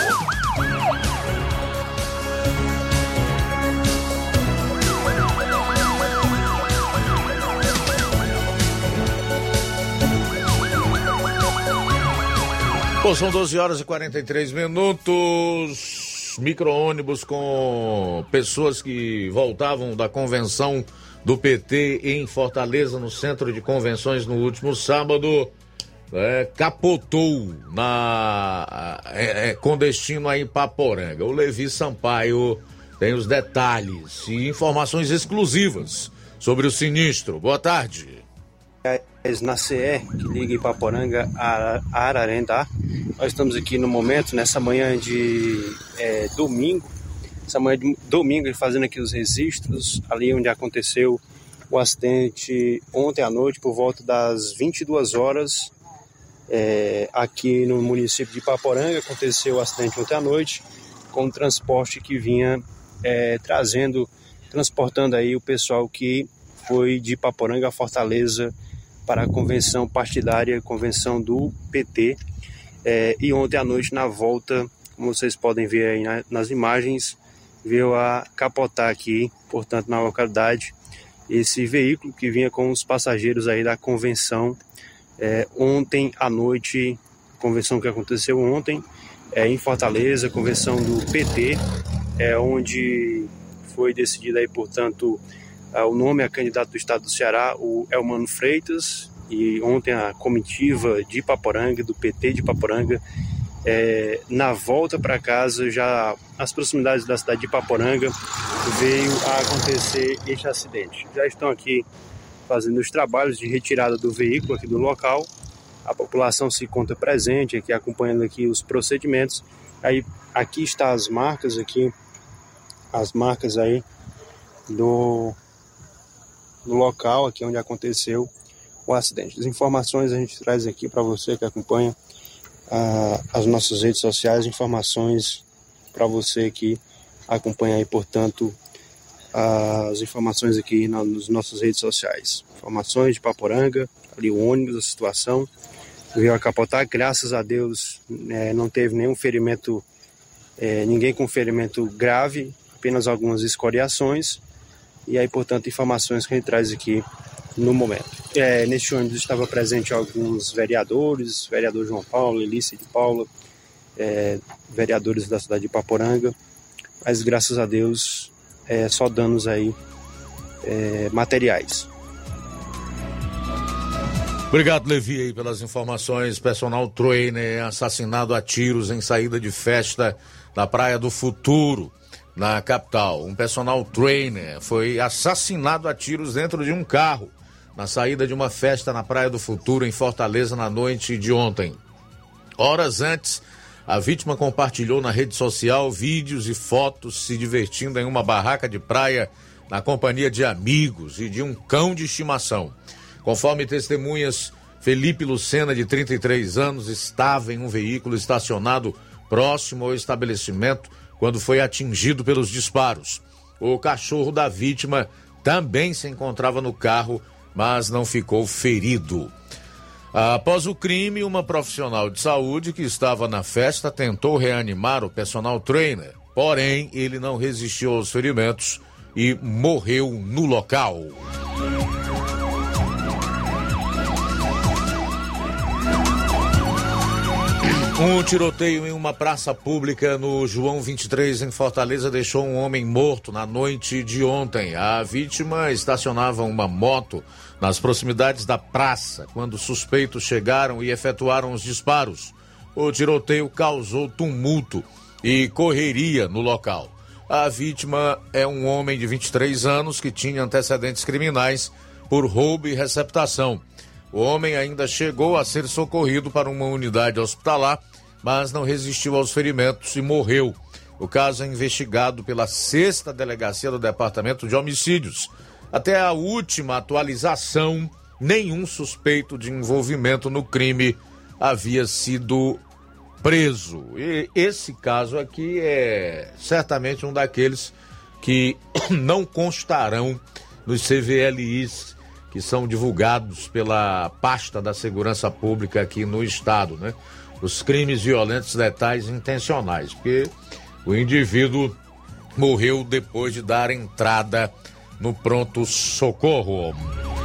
B: Bom, são doze horas e quarenta e três minutos. Micro-ônibus com pessoas que voltavam da convenção do P T em Fortaleza, no centro de convenções, no último sábado, é, capotou na, é, é, com destino a Ipaporanga. O Levi Sampaio tem os detalhes e informações exclusivas sobre o sinistro. Boa tarde.
T: Na C E, que liga Ipaporanga a Ararendá. Nós estamos aqui no momento, nessa manhã de é, domingo, essa manhã de domingo, fazendo aqui os registros, ali onde aconteceu o acidente ontem à noite, por volta das vinte e duas horas, é, aqui no município de Ipaporanga. Aconteceu o acidente ontem à noite, com o transporte que vinha é, trazendo, transportando aí o pessoal que foi de Ipaporanga a Fortaleza para a convenção partidária, convenção do P T. É, e ontem à noite, na volta, como vocês podem ver aí na, nas imagens, veio a capotar aqui, portanto, na localidade, esse veículo que vinha com os passageiros aí da convenção. É, ontem à noite, convenção que aconteceu ontem, é, em Fortaleza, convenção do P T, é, onde foi decidido aí, portanto, o nome a candidato do estado do Ceará, o Elmano Freitas, e ontem a comitiva de Ipaporanga, do P T de Ipaporanga, é, na volta para casa, já nas proximidades da cidade de Ipaporanga, veio a acontecer este acidente. Já estão aqui fazendo os trabalhos de retirada do veículo aqui do local, A população se encontra presente aqui, acompanhando aqui os procedimentos. Aí, aqui está as marcas aqui, as marcas aí do, do local aqui onde aconteceu o acidente. As informações a gente traz aqui para você que acompanha ah, as nossas redes sociais, informações para você que acompanha aí, portanto, as informações aqui nas nossas redes sociais. Informações de Paporanga, ali o ônibus, a situação, veio a capotar, graças a Deus é, não teve nenhum ferimento, é, ninguém com ferimento grave, apenas algumas escoriações, e aí, portanto, informações que a gente traz aqui no momento. É, neste ônibus estava presente alguns vereadores, vereador João Paulo, Elícia de Paula, é, vereadores da cidade de Paporanga, mas graças a Deus é, só danos aí é, materiais.
B: Obrigado, Levi, aí, pelas informações. Personal trainer assassinado a tiros em saída de festa na Praia do Futuro, na capital. Um personal trainer foi assassinado a tiros dentro de um carro na saída de uma festa na Praia do Futuro, em Fortaleza, na noite de ontem. Horas antes, a vítima compartilhou na rede social vídeos e fotos se divertindo em uma barraca de praia na companhia de amigos e de um cão de estimação. Conforme testemunhas, Felipe Lucena, de trinta e três anos, estava em um veículo estacionado próximo ao estabelecimento quando foi atingido pelos disparos. O cachorro da vítima também se encontrava no carro, mas não ficou ferido. Após o crime, uma profissional de saúde que estava na festa tentou reanimar o personal trainer, porém ele não resistiu aos ferimentos e morreu no local. Um tiroteio em uma praça pública no João vinte e três, em Fortaleza, deixou um homem morto na noite de ontem. A vítima estacionava uma moto nas proximidades da praça quando suspeitos chegaram e efetuaram os disparos. O tiroteio causou tumulto e correria no local. A vítima é um homem de vinte e três anos que tinha antecedentes criminais por roubo e receptação. O homem ainda chegou a ser socorrido para uma unidade hospitalar, mas não resistiu aos ferimentos e morreu. O caso é investigado pela sexta Delegacia do Departamento de Homicídios. Até a última atualização, nenhum suspeito de envolvimento no crime havia sido preso. E esse caso aqui é certamente um daqueles que não constarão nos C V L Is que são divulgados pela pasta da segurança pública aqui no estado, né? Os crimes violentos letais intencionais, porque o indivíduo morreu depois de dar entrada no pronto-socorro.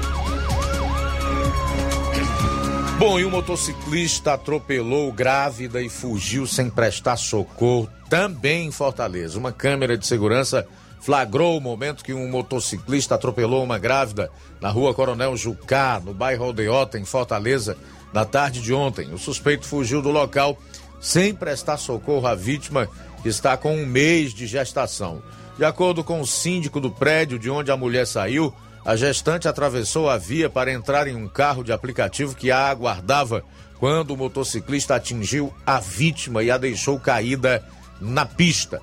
B: Bom, e o motociclista atropelou grávida e fugiu sem prestar socorro, também em Fortaleza. Uma câmera de segurança flagrou o momento que um motociclista atropelou uma grávida na rua Coronel Jucá, no bairro Aldeota, em Fortaleza, na tarde de ontem. O suspeito fugiu do local sem prestar socorro à vítima, que está com um mês de gestação. De acordo com o síndico do prédio de onde a mulher saiu, a gestante atravessou a via para entrar em um carro de aplicativo que a aguardava quando o motociclista atingiu a vítima e a deixou caída na pista.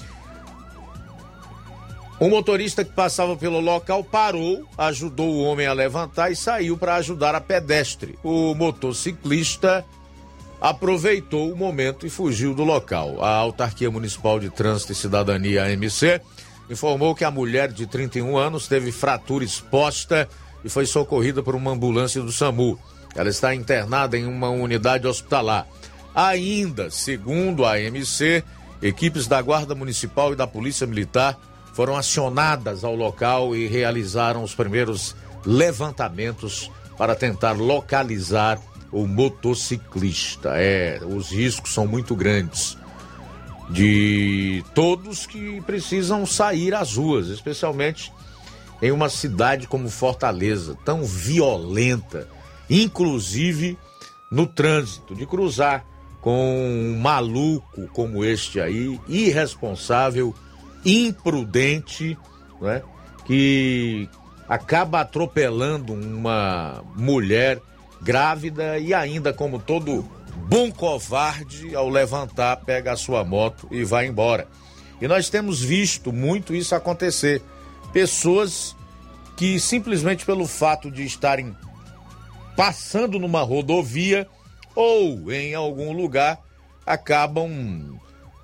B: O motorista que passava pelo local parou, ajudou o homem a levantar e saiu para ajudar a pedestre. O motociclista aproveitou o momento e fugiu do local. A Autarquia Municipal de Trânsito e Cidadania, A M C, informou que a mulher de trinta e um anos teve fratura exposta e foi socorrida por uma ambulância do SAMU. Ela está internada em uma unidade hospitalar. Ainda, segundo a A M C, equipes da Guarda Municipal e da Polícia Militar foram acionadas ao local e realizaram os primeiros levantamentos para tentar localizar o motociclista. É, os riscos são muito grandes de todos que precisam sair às ruas, especialmente em uma cidade como Fortaleza, tão violenta, inclusive no trânsito, de cruzar com um maluco como este aí, irresponsável, imprudente, né, que acaba atropelando uma mulher grávida e ainda, como todo bom covarde, ao levantar, pega a sua moto e vai embora. E nós temos visto muito isso acontecer. Pessoas que simplesmente pelo fato de estarem passando numa rodovia ou em algum lugar acabam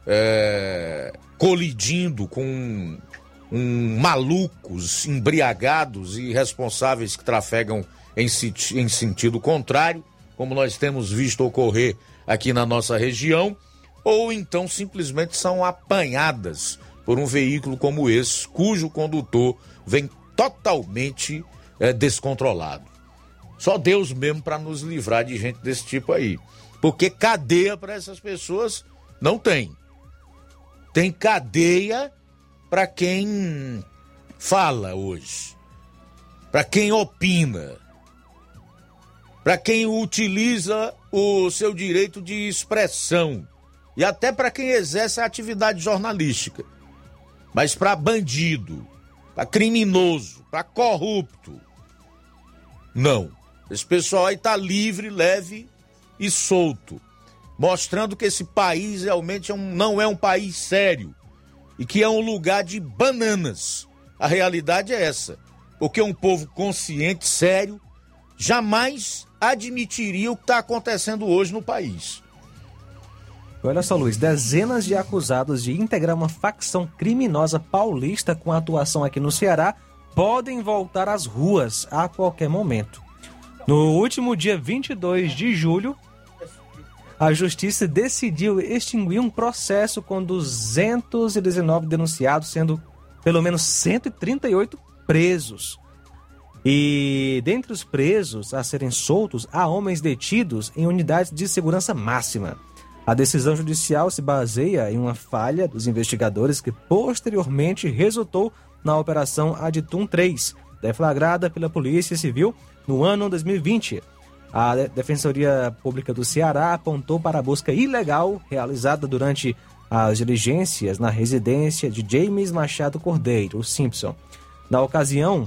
B: é, colidindo com um, malucos, embriagados e irresponsáveis que trafegam em, em sentido contrário, como nós temos visto ocorrer aqui na nossa região, ou então simplesmente são apanhadas por um veículo como esse, cujo condutor vem totalmente é, descontrolado. Só Deus mesmo para nos livrar de gente desse tipo aí. Porque cadeia para essas pessoas não tem. Tem cadeia para quem fala hoje, para quem opina, para quem utiliza o seu direito de expressão e até para quem exerce a atividade jornalística. Mas para bandido, para criminoso, para corrupto, não. Esse pessoal aí tá livre, leve e solto, mostrando que esse país realmente é um, não é um país sério e que é um lugar de bananas. A realidade é essa, porque um povo consciente, sério, jamais admitiria o que está acontecendo hoje no país.
C: Olha só, Luiz, dezenas de acusados de integrar uma facção criminosa paulista com atuação aqui no Ceará podem voltar às ruas a qualquer momento. No último dia vinte e dois de julho, a Justiça decidiu extinguir um processo com duzentos e dezenove denunciados, sendo pelo menos cento e trinta e oito presos. E dentre os presos a serem soltos, há homens detidos em unidades de segurança máxima. A decisão judicial se baseia em uma falha dos investigadores que posteriormente resultou na Operação Aditum três, deflagrada pela Polícia Civil no ano dois mil e vinte. A Defensoria Pública do Ceará apontou para a busca ilegal realizada durante as diligências na residência de James Machado Cordeiro, o Simpson. Na ocasião,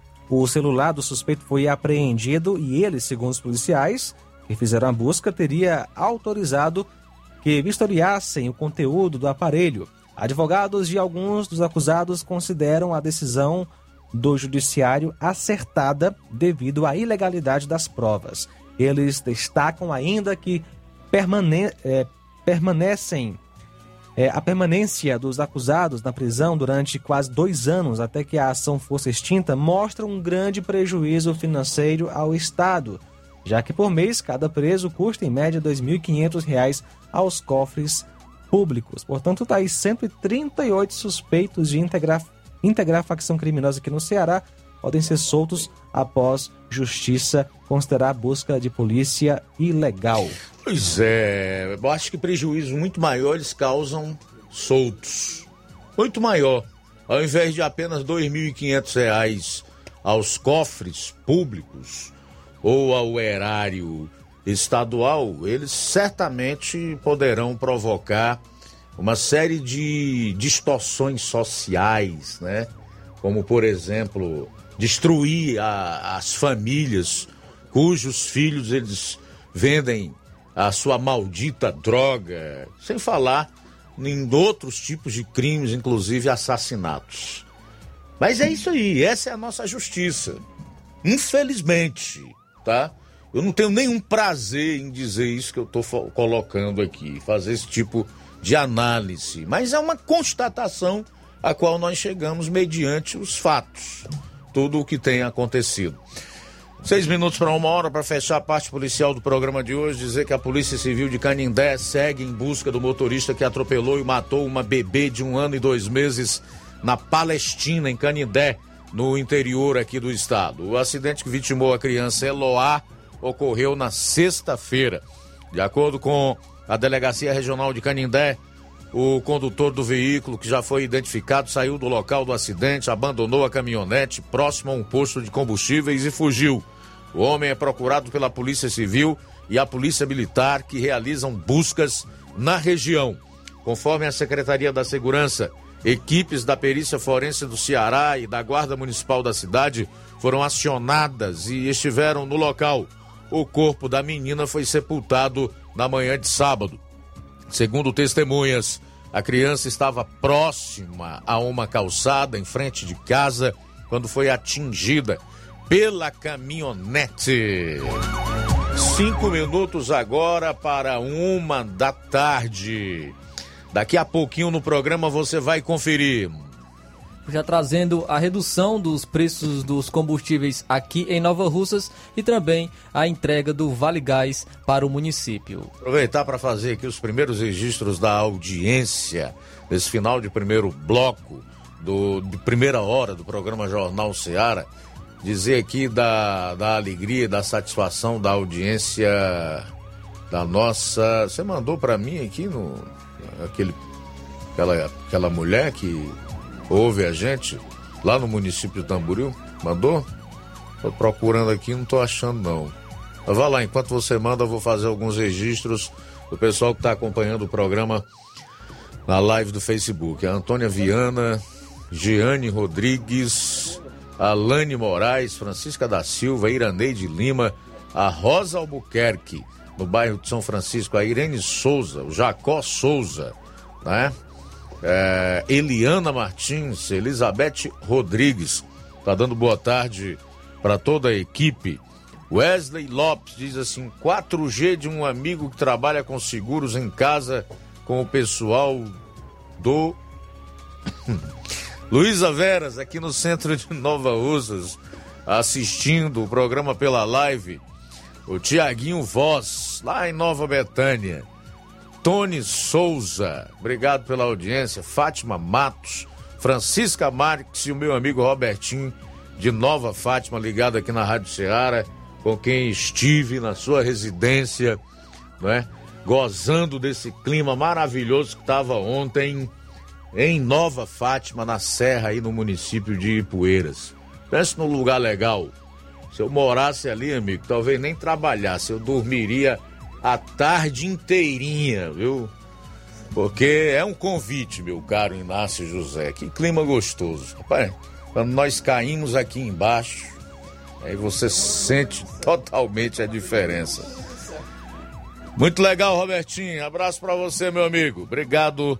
C: o celular do suspeito foi apreendido e ele, segundo os policiais que fizeram a busca, teria autorizado que vistoriassem o conteúdo do aparelho. Advogados de alguns dos acusados consideram a decisão do judiciário acertada devido à ilegalidade das provas. Eles destacam ainda que permane- é, permanecem é, a permanência dos acusados na prisão durante quase dois anos até que a ação fosse extinta mostra um grande prejuízo financeiro ao Estado, já que por mês cada preso custa em média dois mil e quinhentos reais aos cofres públicos. Portanto, está aí cento e trinta e oito suspeitos de integrar integrar a facção criminosa aqui no Ceará podem ser soltos após justiça considerar a busca de polícia ilegal.
B: Pois é, eu acho que prejuízo muito maior eles causam soltos. Muito maior. Ao invés de apenas dois mil e quinhentos reais aos cofres públicos ou ao erário estadual, eles certamente poderão provocar uma série de distorções sociais, né? Como, por exemplo, destruir a, as famílias cujos filhos eles vendem a sua maldita droga, sem falar em outros tipos de crimes, inclusive assassinatos. Mas é isso aí, essa é a nossa justiça. Infelizmente, tá? Eu não tenho nenhum prazer em dizer isso que eu estou colocando aqui, fazer esse tipo de análise, mas é uma constatação a qual nós chegamos mediante os fatos, tudo o que tem acontecido. Seis minutos para uma hora para fechar a parte policial do programa de hoje, dizer que a Polícia Civil de Canindé segue em busca do motorista que atropelou e matou uma bebê de um ano e dois meses na Palestina, em Canindé, no interior aqui do estado. O acidente que vitimou a criança Eloá ocorreu na sexta-feira. De acordo com a Delegacia Regional de Canindé, o condutor do veículo, que já foi identificado, saiu do local do acidente, abandonou a caminhonete próximo a um posto de combustíveis e fugiu. O homem é procurado pela Polícia Civil e a Polícia Militar, que realizam buscas na região. Conforme a Secretaria da Segurança, equipes da Perícia Forense do Ceará e da Guarda Municipal da cidade foram acionadas e estiveram no local. o corpo da menina foi sepultado na manhã de sábado. Segundo testemunhas, a criança estava próxima a uma calçada em frente de casa quando foi atingida pela caminhonete. Cinco minutos agora para uma da tarde. Daqui a pouquinho no programa você vai conferir.
D: Já trazendo a redução dos preços dos combustíveis aqui em Nova Russas e também a entrega do Vale Gás para o município.
B: Aproveitar para fazer aqui os primeiros registros da audiência desse final de primeiro bloco, do, de primeira hora do programa Jornal Seara. Dizer aqui da, da alegria, da satisfação da audiência da nossa... Você mandou para mim aqui no... Aquele, aquela, aquela mulher que ouve a gente lá no município de Tamboril? Mandou? Tô procurando aqui, não tô achando não. Mas vá lá, enquanto você manda, eu vou fazer alguns registros do pessoal que está acompanhando o programa na live do Facebook. A Antônia Viana, Giane Rodrigues, Alane Moraes, Francisca da Silva, Iraneide Lima, a Rosa Albuquerque, no bairro de São Francisco, a Irene Souza, o Jacó Souza, né? É, Eliana Martins, Elizabeth Rodrigues, tá dando boa tarde para toda a equipe. Wesley Lopes diz assim: quatro G de um amigo que trabalha com seguros em casa com o pessoal do Luísa Veras, aqui no centro de Nova Russas, assistindo o programa pela live. O Tiaguinho Voz, lá em Nova Betânia. Tony Souza, obrigado pela audiência. Fátima Matos, Francisca Marques e o meu amigo Robertinho de Nova Fátima, ligado aqui na Rádio Ceará, com quem estive na sua residência, né? Gozando desse clima maravilhoso que estava ontem em Nova Fátima, na Serra, aí no município de Ipueiras. Pense num lugar legal. Se eu morasse ali, amigo, talvez nem trabalhasse, eu dormiria a tarde inteirinha, viu? Porque é um convite, meu caro Inácio José. Que clima gostoso. Rapaz, quando nós caímos aqui embaixo, aí você sente totalmente a diferença. Muito legal, Robertinho. Abraço pra você, meu amigo. Obrigado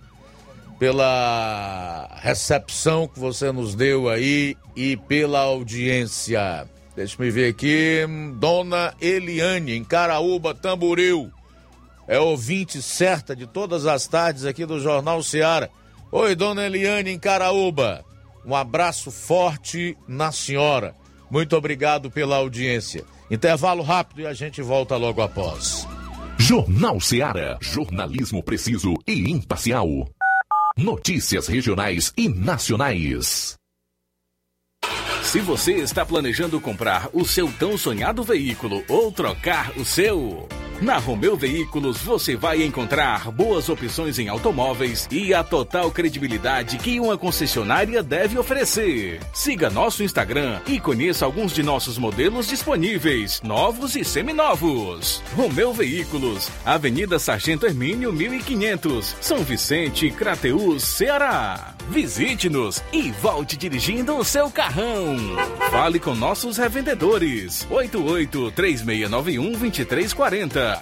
B: pela recepção que você nos deu aí e pela audiência. Deixa eu ver aqui. Dona Eliane, em Caraúba, Tamboril. É ouvinte certa de todas as tardes aqui do Jornal Seara. Oi, Dona Eliane, em Caraúba. Um abraço forte na senhora. Muito obrigado pela audiência. Intervalo rápido e a gente volta logo após.
A: Jornal Seara. Jornalismo preciso e imparcial. Notícias regionais e nacionais.
M: Se você está planejando comprar o seu tão sonhado veículo ou trocar o seu, na Romeu Veículos você vai encontrar boas opções em automóveis e a total credibilidade que uma concessionária deve oferecer. Siga nosso Instagram e conheça alguns de nossos modelos disponíveis, novos e seminovos. Romeu Veículos, Avenida Sargento Hermínio mil e quinhentos, São Vicente, Crateús, Ceará. Visite-nos e volte dirigindo o seu carrão. Fale com nossos revendedores. oito oito, três seis nove um, dois três quatro zero.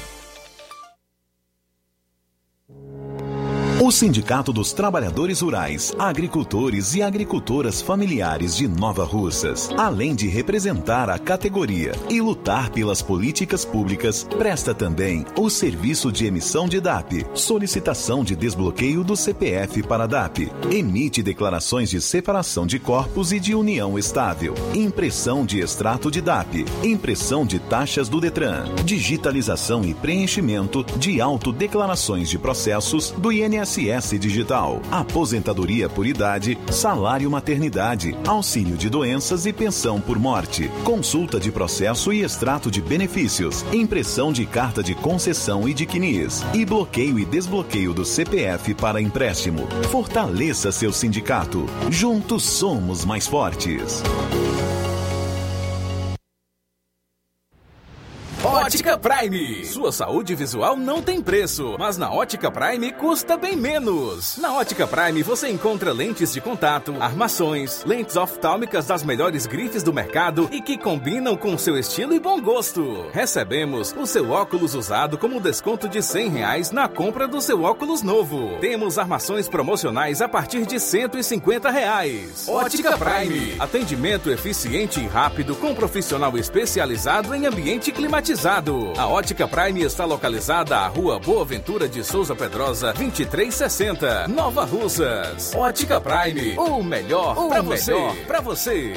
I: O Sindicato dos Trabalhadores Rurais, Agricultores e Agricultoras Familiares de Nova Russas, além de representar a categoria e lutar pelas políticas públicas, presta também o serviço de emissão de D A P, solicitação de desbloqueio do C P F para D A P, emite declarações de separação de corpos e de união estável, impressão de extrato de D A P, impressão de taxas do Detran, digitalização e preenchimento de autodeclarações de processos do I N S S Digital, aposentadoria por idade, salário maternidade, auxílio de doenças e pensão por morte, consulta de processo e extrato de benefícios, impressão de carta de concessão e de C N I S, e bloqueio e desbloqueio do C P F para empréstimo. Fortaleça seu sindicato. Juntos somos mais fortes.
Q: Ótica
H: Ótica Prime. Sua saúde visual não tem preço, mas na Ótica Prime custa bem menos. Na Ótica Prime você encontra lentes de contato, armações, lentes oftálmicas das melhores grifes do mercado e que combinam com seu estilo e bom gosto. Recebemos o seu óculos usado como desconto de cem reais na compra do seu óculos novo. Temos armações promocionais a partir de cento e cinquenta reais. Ótica Prime. Atendimento eficiente e rápido com profissional especializado em ambiente climatizado. A Ótica Prime está localizada à Rua Boa Ventura de Souza Pedrosa, vinte e três sessenta, Nova Russas. Ótica Prime, o melhor para você. Pra você.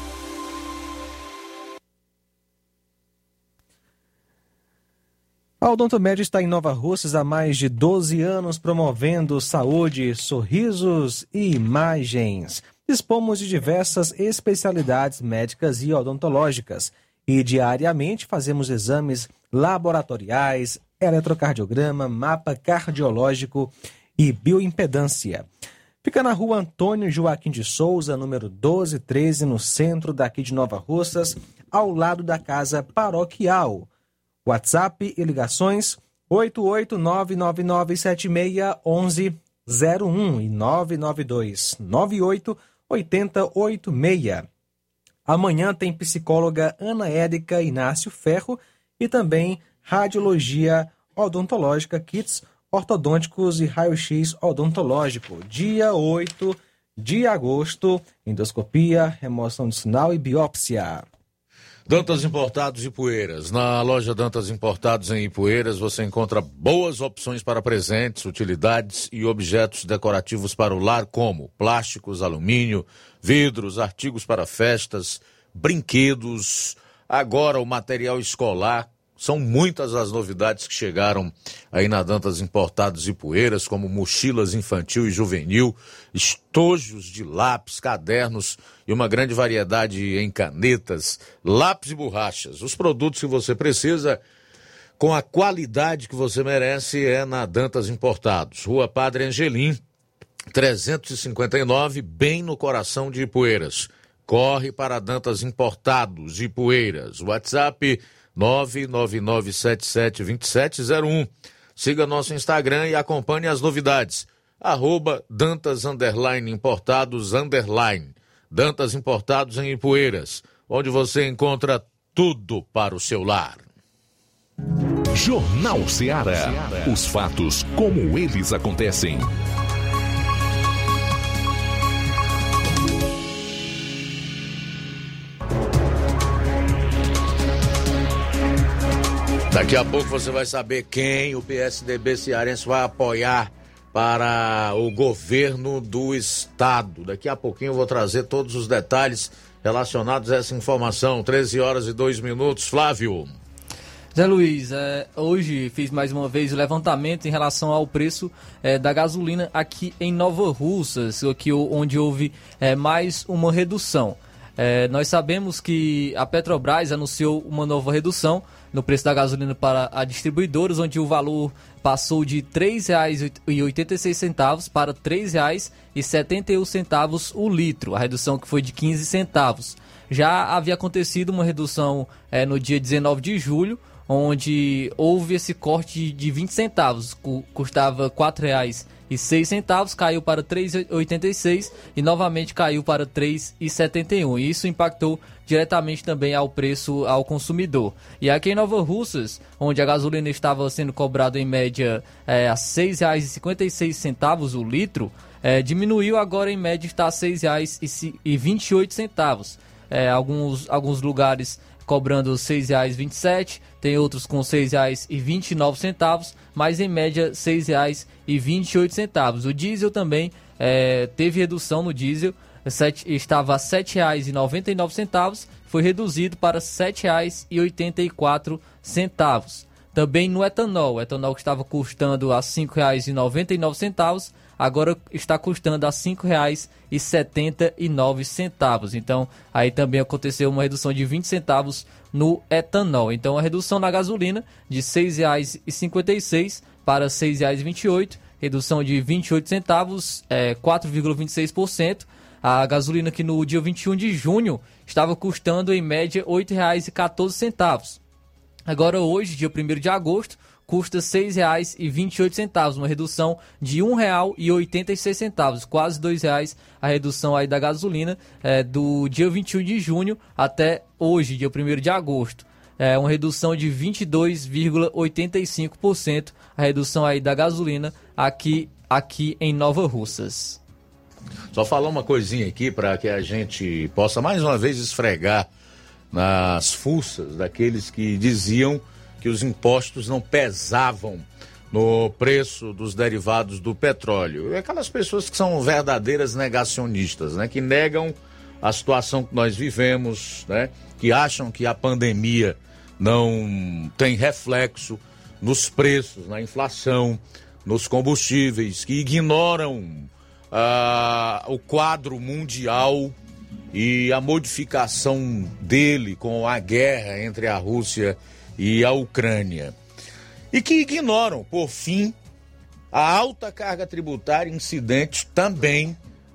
C: A Odontomed está em Nova Russas há mais de doze anos promovendo saúde, sorrisos e imagens. Dispomos de diversas especialidades médicas e odontológicas e diariamente fazemos exames laboratoriais, eletrocardiograma, mapa cardiológico e bioimpedância. Fica na rua Antônio Joaquim de Souza, número doze treze, no centro daqui de Nova Russas, ao lado da Casa Paroquial. WhatsApp e ligações oito oito nove nove nove sete seis um um zero um e nove nove dois nove oito oito zero oito seis. Amanhã tem psicóloga Ana Érica Inácio Ferro e também radiologia odontológica, kits ortodônticos e raio-x odontológico. Dia oito de agosto, endoscopia, remoção de sinal e biópsia.
B: Dantas Importados e Poeiras. Na loja Dantas Importados em Ipueiras você encontra boas opções para presentes, utilidades e objetos decorativos para o lar, como plásticos, alumínio, vidros, artigos para festas, brinquedos, agora o material escolar. São muitas as novidades que chegaram aí na Dantas Importados e Poeiras, como mochilas infantil e juvenil, estojos de lápis, cadernos e uma grande variedade em canetas, lápis e borrachas. Os produtos que você precisa com a qualidade que você merece é na Dantas Importados. Rua Padre Angelim, trezentos e cinquenta e nove, bem no coração de Ipueiras. Corre para Dantas Importados e Poeiras. WhatsApp nove nove nove sete sete dois sete zero um. Siga nosso Instagram e acompanhe as novidades. Arroba Dantas underline Importados underline. Dantas Importados em Ipueiras, onde você encontra tudo para o seu lar.
A: Jornal Ceará. Os fatos como eles acontecem.
B: Daqui a pouco você vai saber quem o P S D B cearense vai apoiar para o governo do estado. Daqui a pouquinho eu vou trazer todos os detalhes relacionados a essa informação. treze horas e dois minutos. Flávio.
D: Zé Luiz, é, hoje fiz mais uma vez o levantamento em relação ao preço é, da gasolina aqui em Nova Russas, aqui onde houve é, mais uma redução. É, nós sabemos que a Petrobras anunciou uma nova redução no preço da gasolina para as distribuidoras, onde o valor passou de três reais e oitenta e seis centavos para três reais e setenta e um centavos o litro, a redução que foi de quinze centavos. Já havia acontecido uma redução é, no dia dezenove de julho, onde houve esse corte de vinte centavos, custava quatro reais e seis centavos, caiu para três reais e oitenta e seis centavos e novamente caiu para três reais e setenta e um centavos. E isso impactou diretamente também ao preço ao consumidor. E aqui em Nova Russas, onde a gasolina estava sendo cobrada em média é, a seis reais e cinquenta e seis centavos o litro, é, diminuiu agora em média está a seis reais e vinte e oito centavos. É, alguns, alguns lugares cobrando seis reais e vinte e sete centavos, tem outros com seis reais e vinte e nove centavos, mas em média seis reais e vinte e oito centavos. O diesel também é, teve redução no diesel, sete, estava a sete reais e noventa e nove centavos, foi reduzido para sete reais e oitenta e quatro centavos. Também no etanol, o etanol que estava custando a cinco reais e noventa e nove centavos, agora está custando a cinco reais e setenta e nove centavos. Então, aí também aconteceu uma redução de vinte centavos no etanol. Então, a redução na gasolina de seis reais e cinquenta e seis centavos para seis reais e vinte e oito centavos, redução de vinte e oito centavos, é, quatro vírgula vinte e seis por cento. A gasolina que no dia vinte e um de junho estava custando em média oito reais e quatorze centavos. Agora hoje, dia primeiro de agosto, custa seis reais e vinte e oito centavos, uma redução de um real e oitenta e seis centavos, quase dois reais a redução aí da gasolina é, do dia vinte e um de junho até hoje, dia primeiro de agosto. É uma redução de vinte e dois vírgula oitenta e cinco por cento a redução aí da gasolina aqui, aqui em Nova Russas.
B: Só falar uma coisinha aqui para que a gente possa mais uma vez esfregar nas fuças daqueles que diziam que os impostos não pesavam no preço dos derivados do petróleo. E aquelas pessoas que são verdadeiras negacionistas, né? Que negam a situação que nós vivemos, né? Que acham que a pandemia não tem reflexo nos preços, na inflação, nos combustíveis, que ignoram ah, o quadro mundial e a modificação dele com a guerra entre a Rússia e a Ucrânia. E que ignoram, por fim, a alta carga tributária incidente também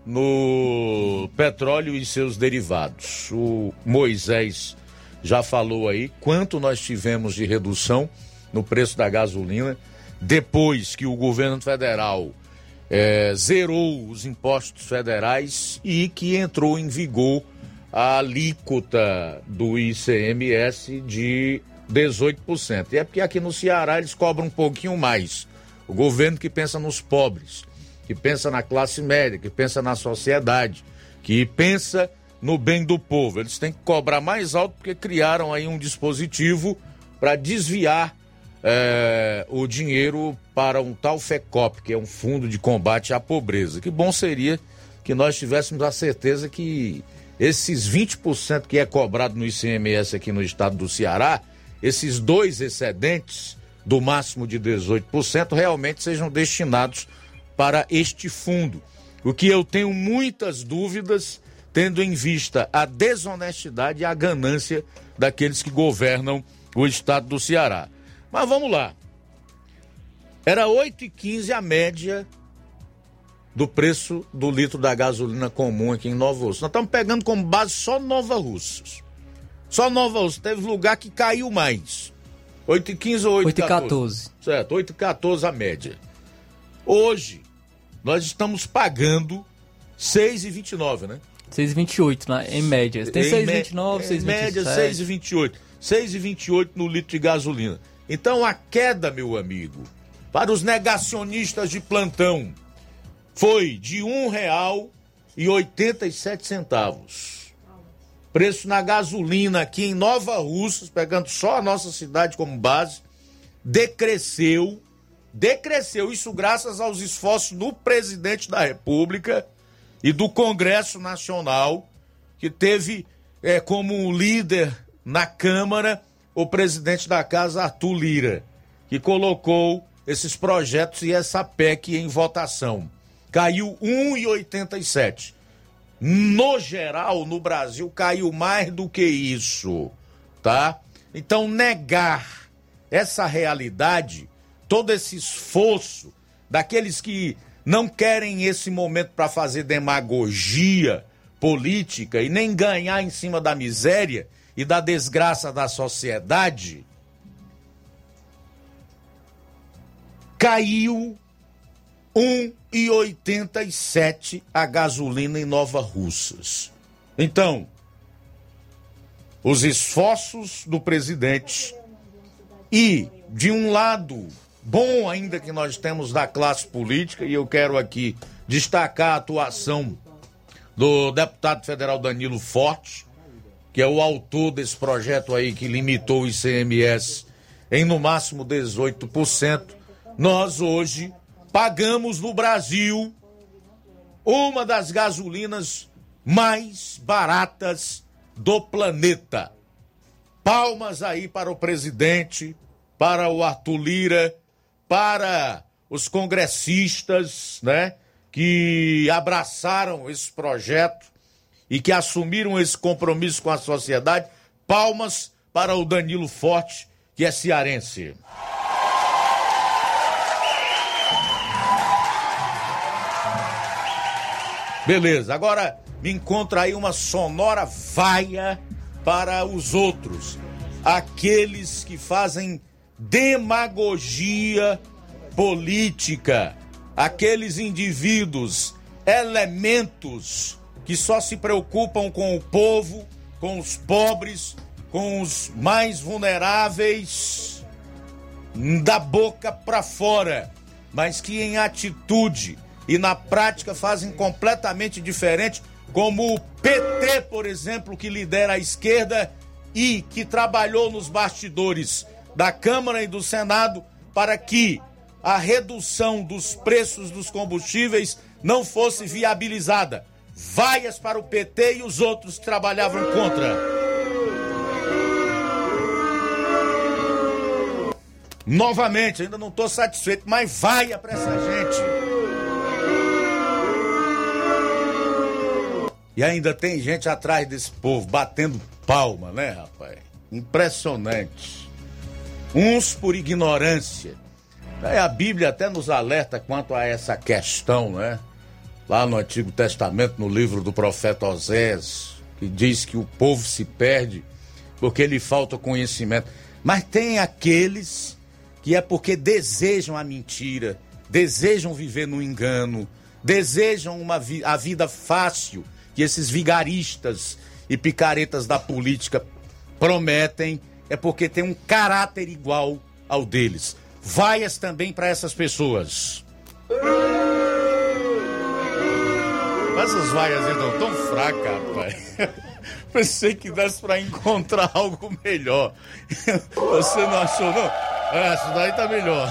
B: no petróleo e seus derivados. O Moisés já falou aí quanto nós tivemos de redução no preço da gasolina depois que o governo federal É, zerou os impostos federais e que entrou em vigor a alíquota do I C M S de dezoito por cento. E é porque aqui no Ceará eles cobram um pouquinho mais. O governo que pensa nos pobres, que pensa na classe média, que pensa na sociedade, que pensa no bem do povo. Eles têm que cobrar mais alto porque criaram aí um dispositivo para desviar É, o dinheiro para um tal FECOP, que é um fundo de combate à pobreza. Que bom seria que nós tivéssemos a certeza que esses vinte por cento que é cobrado no I C M S aqui no estado do Ceará, esses dois excedentes do máximo de dezoito por cento realmente sejam destinados para este fundo. O que eu tenho muitas dúvidas, tendo em vista a desonestidade e a ganância daqueles que governam o estado do Ceará. Mas vamos lá. Era oito e quinze a média do preço do litro da gasolina comum aqui em Nova Russa. Nós estamos pegando como base só Nova Russas. Só Nova Russa. Teve lugar que caiu mais. oito e quinze ou oito e quatorze? Certo, oito e quatorze a média. Hoje, nós estamos pagando seis e vinte e nove, né?
D: seis e vinte e oito, né? Em média. Tem seis e vinte e nove, seis e vinte e sete.
B: Em média, seis e vinte e oito. seis e vinte e oito no litro de gasolina. Então a queda, meu amigo, para os negacionistas de plantão, foi de um real e oitenta e sete centavos. Preço na gasolina aqui em Nova Russas, pegando só a nossa cidade como base, decresceu, decresceu, isso graças aos esforços do presidente da República e do Congresso Nacional, que teve é, como líder na Câmara o presidente da casa, Arthur Lira, que colocou esses projetos e essa P E C em votação. Caiu um real e oitenta e sete centavos. No geral, no Brasil, caiu mais do que isso, tá? Então, negar essa realidade, todo esse esforço daqueles que não querem esse momento para fazer demagogia política e nem ganhar em cima da miséria e da desgraça da sociedade, caiu um real e oitenta e sete centavos a gasolina em Nova Russas. Então, os esforços do presidente e, de um lado, bom ainda que nós temos da classe política, e eu quero aqui destacar a atuação do deputado federal Danilo Forte, que é o autor desse projeto aí que limitou o I C M S em no máximo dezoito por cento, nós hoje pagamos no Brasil uma das gasolinas mais baratas do planeta. Palmas aí para o presidente, para o Arthur Lira, para os congressistas, né, que abraçaram esse projeto e que assumiram esse compromisso com a sociedade. Palmas para o Danilo Forte, que é cearense. Beleza, agora me encontra aí uma sonora vaia para os outros. aqueles que fazem demagogia política, aqueles indivíduos, elementos que só se preocupam com o povo, com os pobres, com os mais vulneráveis, da boca para fora, mas que em atitude e na prática fazem completamente diferente, como o P T, por exemplo, que lidera a esquerda e que trabalhou nos bastidores da Câmara e do Senado para que a redução dos preços dos combustíveis não fosse viabilizada. Vaias para o P T e os outros que trabalhavam contra. Novamente, ainda não estou satisfeito, mas vaia para essa gente. E ainda tem gente atrás desse povo, batendo palma, né, rapaz? Impressionante. Uns por ignorância. Aí a Bíblia até nos alerta quanto a essa questão, né? Lá no Antigo Testamento, no livro do profeta Osés, que diz que o povo se perde porque lhe falta conhecimento. Mas tem aqueles que é porque desejam a mentira, desejam viver no engano, desejam uma vi- a vida fácil que esses vigaristas e picaretas da política prometem, é porque tem um caráter igual ao deles. Vaias também para essas pessoas. Mas essas vaias estão tão fracas, rapaz. Pensei que desse para encontrar algo melhor. Você não achou, não? Ah, isso daí tá melhor.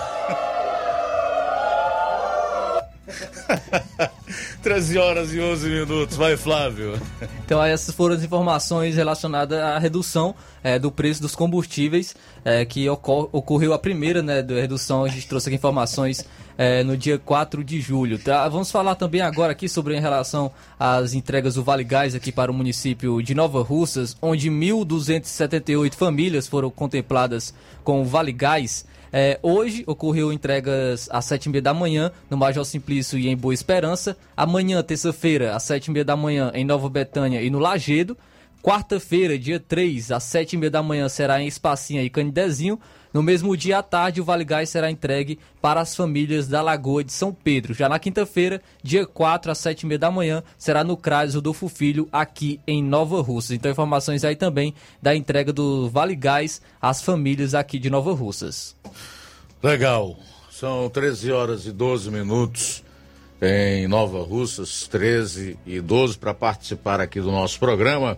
B: treze horas e onze minutos. Vai, Flávio.
D: Então, essas foram as informações relacionadas à redução é, do preço dos combustíveis, é, que ocor- ocorreu a primeira, né, da redução. A gente trouxe aqui informações é, no dia quatro de julho. Tá? Vamos falar também agora aqui sobre em relação às entregas do Vale Gás aqui para o município de Nova Russas, onde mil duzentas e setenta e oito famílias foram contempladas com o Vale Gás. É, hoje ocorreu entregas às sete e meia da manhã no Major Simplício e em Boa Esperança. Amanhã, terça-feira, às sete e meia da manhã em Nova Betânia e no Lagedo. Quarta-feira, dia três, às sete e meia da manhã será em Espacinha e Canidezinho. No mesmo dia à tarde, o Vale Gás será entregue para as famílias da Lagoa de São Pedro. Já na quinta-feira, dia quatro, às sete e meia da manhã, será no C R A S Rodolfo Filho, aqui em Nova Russas. Então, informações aí também da entrega do Vale Gás às famílias aqui de Nova Russas.
B: Legal. São treze horas e doze minutos em Nova Russas, treze e doze, para participar aqui do nosso programa.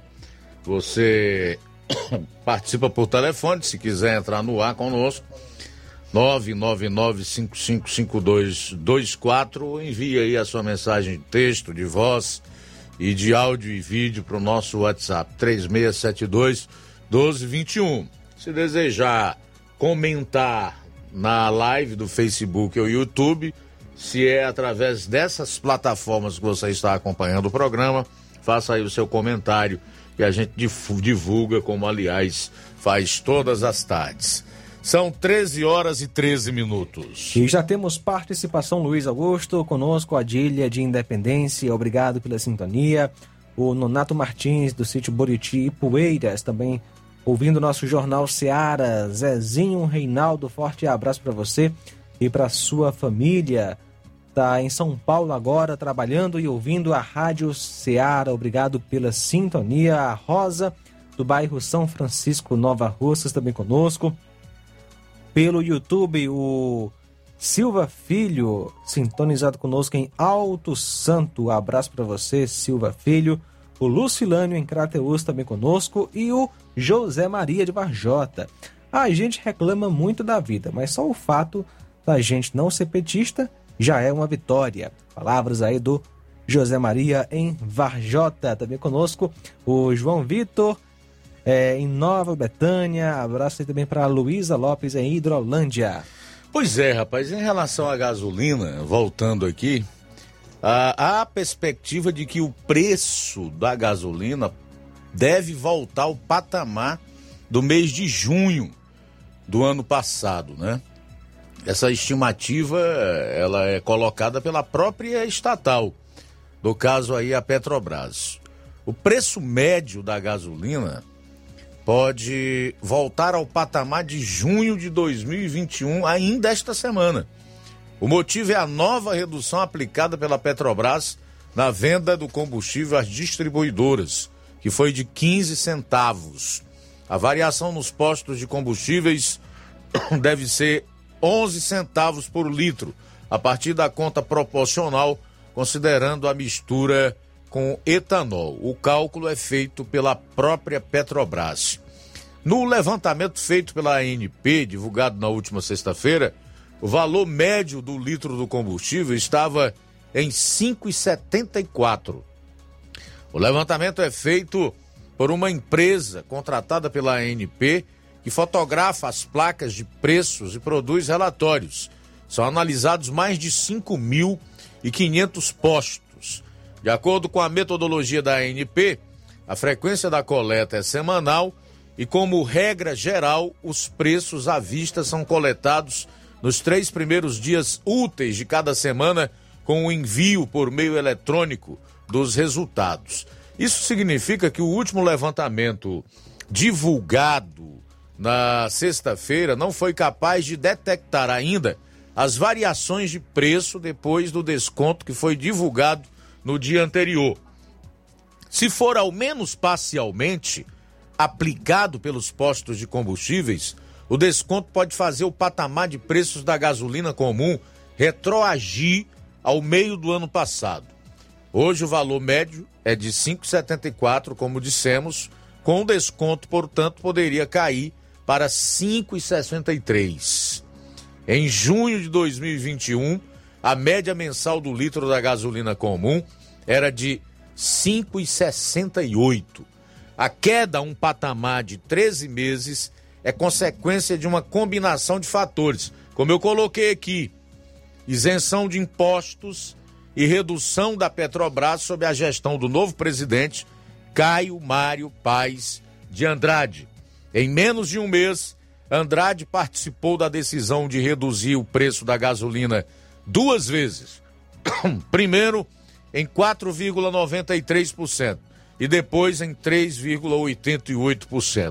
B: Você participa por telefone, se quiser entrar no ar conosco, nove nove nove, cinco cinco cinco dois dois quatro, envia aí a sua mensagem de texto, de voz e de áudio e vídeo para o nosso WhatsApp, três seis sete dois, um dois dois um. Se desejar comentar na live do Facebook ou YouTube, se é através dessas plataformas que você está acompanhando o programa, faça aí o seu comentário e a gente divulga, como aliás faz todas as tardes. São treze horas e treze minutos.
C: E já temos participação, Luiz Augusto, conosco, Adília de Independência, obrigado pela sintonia. O Nonato Martins, do sítio Buriti e Poeiras, também ouvindo nosso Jornal Seara. Zezinho Reinaldo, forte abraço para você e para sua família. Está em São Paulo agora, trabalhando e ouvindo a Rádio Seara. Obrigado pela sintonia. A Rosa, do bairro São Francisco, Nova Russas, também conosco. Pelo YouTube, o Silva Filho, sintonizado conosco em Alto Santo. Abraço para você, Silva Filho. O Lucilânio, em Crateús, também conosco. E o José Maria de Varjota. A gente reclama muito da vida, mas só o fato da gente não ser petista já é uma vitória. Palavras aí do José Maria em Varjota. Também conosco o João Vitor, é, em Nova Betânia. Abraço aí também para a Luísa Lopes em Hidrolândia.
B: Pois é, rapaz, em relação à gasolina, voltando aqui, há a perspectiva de que o preço da gasolina deve voltar ao patamar do mês de junho do ano passado, né? Essa estimativa, ela é colocada pela própria estatal, no caso aí a Petrobras. O preço médio da gasolina pode voltar ao patamar de junho de dois mil e vinte e um, ainda esta semana. O motivo é a nova redução aplicada pela Petrobras na venda do combustível às distribuidoras, que foi de quinze centavos. A variação nos postos de combustíveis deve ser onze centavos por litro, a partir da conta proporcional, considerando a mistura com etanol. O cálculo é feito pela própria Petrobras. No levantamento feito pela A N P, divulgado na última sexta-feira, o valor médio do litro do combustível estava em cinco reais e setenta e quatro centavos. O levantamento é feito por uma empresa contratada pela A N P que fotografa as placas de preços e produz relatórios. São analisados mais de cinco mil e quinhentos postos. De acordo com a metodologia da A N P, a frequência da coleta é semanal e, como regra geral, os preços à vista são coletados nos três primeiros dias úteis de cada semana, com o envio por meio eletrônico dos resultados. Isso significa que o último levantamento divulgado na sexta-feira não foi capaz de detectar ainda as variações de preço depois do desconto que foi divulgado no dia anterior. Se for ao menos parcialmente aplicado pelos postos de combustíveis, o desconto pode fazer o patamar de preços da gasolina comum retroagir ao meio do ano passado. Hoje o valor médio é de cinco reais e setenta e quatro centavos, como dissemos, com o desconto, portanto, poderia cair para cinco reais e sessenta e três centavos. Em junho de dois mil e vinte e um, a média mensal do litro da gasolina comum era de cinco reais e sessenta e oito centavos. A queda a um patamar de treze meses é consequência de uma combinação de fatores, como eu coloquei aqui: isenção de impostos e redução da Petrobras sob a gestão do novo presidente Caio Mário Paes de Andrade. Em menos de um mês, Andrade participou da decisão de reduzir o preço da gasolina duas vezes. Primeiro em quatro vírgula noventa e três por cento e depois em três vírgula oitenta e oito por cento.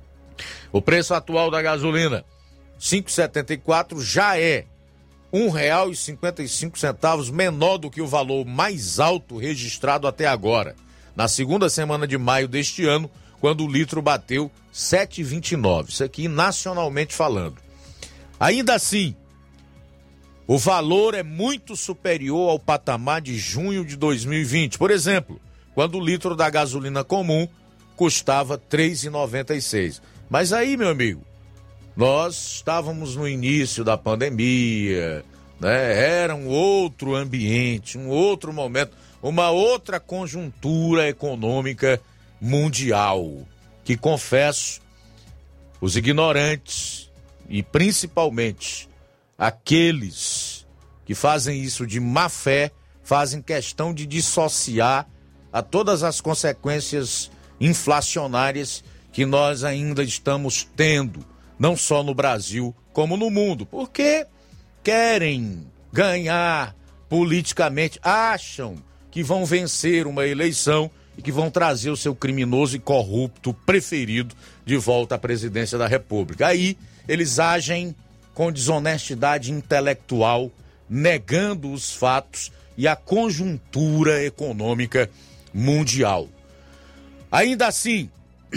B: O preço atual da gasolina, cinco reais e setenta e quatro centavos, já é um real e cinquenta e cinco centavos menor do que o valor mais alto registrado até agora, na segunda semana de maio deste ano, quando o litro bateu sete reais e vinte e nove centavos. Isso aqui nacionalmente falando. Ainda assim, o valor é muito superior ao patamar de junho de dois mil e vinte. Por exemplo, quando o litro da gasolina comum custava três reais e noventa e seis centavos. Mas aí, meu amigo, nós estávamos no início da pandemia, né? Era um outro ambiente, um outro momento, uma outra conjuntura econômica mundial, que, confesso, os ignorantes e principalmente aqueles que fazem isso de má fé, fazem questão de dissociar a todas as consequências inflacionárias que nós ainda estamos tendo, não só no Brasil, como no mundo, porque querem ganhar politicamente, acham que vão vencer uma eleição e que vão trazer o seu criminoso e corrupto preferido de volta à presidência da República. Aí eles agem com desonestidade intelectual, negando os fatos e a conjuntura econômica mundial. Ainda assim,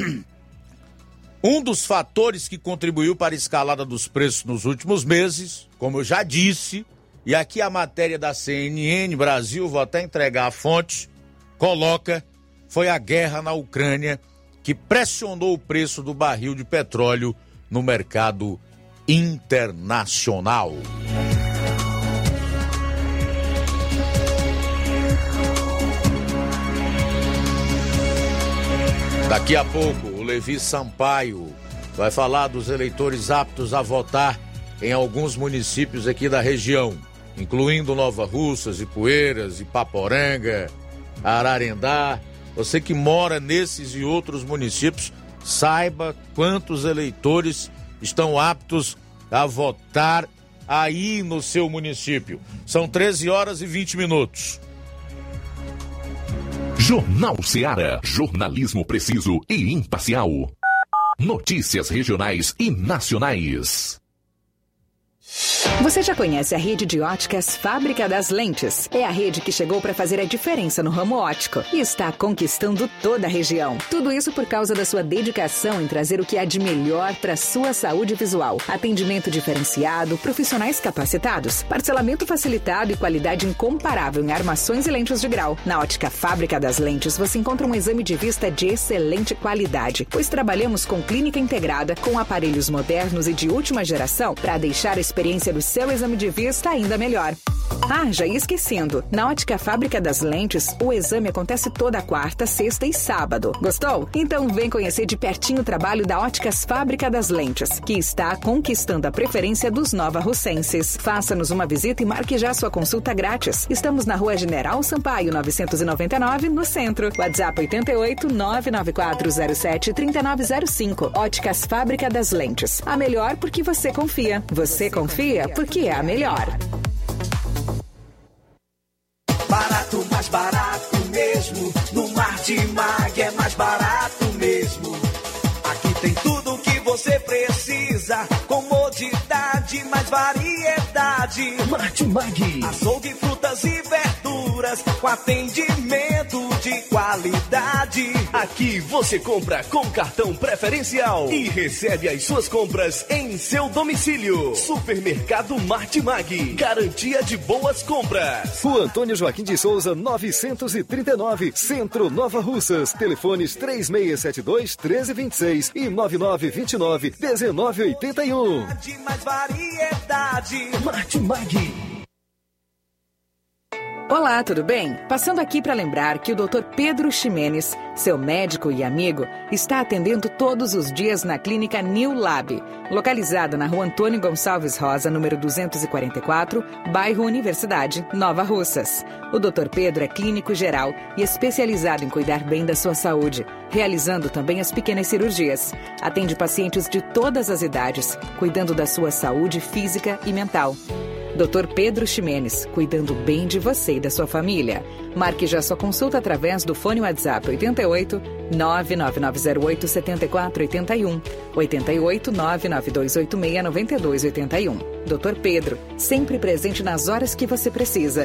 B: um dos fatores que contribuiu para a escalada dos preços nos últimos meses, como eu já disse, e aqui a matéria da C N N Brasil, vou até entregar a fonte, coloca, foi a guerra na Ucrânia que pressionou o preço do barril de petróleo no mercado internacional. Daqui a pouco, o Levi Sampaio vai falar dos eleitores aptos a votar em alguns municípios aqui da região, incluindo Nova Russas, Ipueiras, Ipaporanga, Ararendá. Você que mora nesses e outros municípios, saiba quantos eleitores estão aptos a votar aí no seu município. São treze horas e vinte minutos.
A: Jornal Ceará, jornalismo preciso e imparcial. Notícias regionais e nacionais.
K: Você já conhece a rede de óticas Fábrica das Lentes? É a rede que chegou para fazer a diferença no ramo óptico e está conquistando toda a região. Tudo isso por causa da sua dedicação em trazer o que há de melhor para sua saúde visual. Atendimento diferenciado, profissionais capacitados, parcelamento facilitado e qualidade incomparável em armações e lentes de grau. Na ótica Fábrica das Lentes você encontra um exame de vista de excelente qualidade, pois trabalhamos com clínica integrada, com aparelhos modernos e de última geração para deixar a experiência do seu exame de vista ainda melhor. Ah, já ia esquecendo. Na ótica Fábrica das Lentes, o exame acontece toda quarta, sexta e sábado. Gostou? Então vem conhecer de pertinho o trabalho da Óticas Fábrica das Lentes, que está conquistando a preferência dos nova-russenses. Faça-nos uma visita e marque já sua consulta grátis. Estamos na Rua General Sampaio, novecentos e noventa e nove, no centro. WhatsApp oito oito, nove nove quatro zero sete, três nove zero cinco. Óticas Fábrica das Lentes. A melhor porque você confia. Você confia porque é a melhor.
E: Barato, mais barato mesmo. No Martimag é mais barato mesmo. Aqui tem tudo o que você precisa. Comodidade, mais variedade. Martimag. Açougue, frutas e verduras com atendimento de qualidade.
U: Aqui você compra com cartão preferencial e recebe as suas compras em seu domicílio. Supermercado Martimag. Garantia de boas compras.
G: Rua Antônio Joaquim de Souza, novecentos e trinta e nove, Centro, Nova Russas. Telefones três seis sete dois, um três dois seis e nove nove dois nove, um nove oito um.
E: Mais variedade. Martimag.
K: Olá, tudo bem? Passando aqui para lembrar que o doutor Pedro Ximenes, seu médico e amigo, está atendendo todos os dias na clínica New Lab, localizada na Rua Antônio Gonçalves Rosa, número duzentos e quarenta e quatro, bairro Universidade, Nova Russas. O doutor Pedro é clínico geral e especializado em cuidar bem da sua saúde, realizando também as pequenas cirurgias. Atende pacientes de todas as idades, cuidando da sua saúde física e mental. doutor Pedro Ximenes, cuidando bem de você e da sua família. Marque já sua consulta através do fone WhatsApp oito oito, nove nove nove zero oito, sete quatro oito um, oito oito, nove nove dois oito seis, nove dois oito um. doutor Pedro, sempre presente nas horas que você precisa.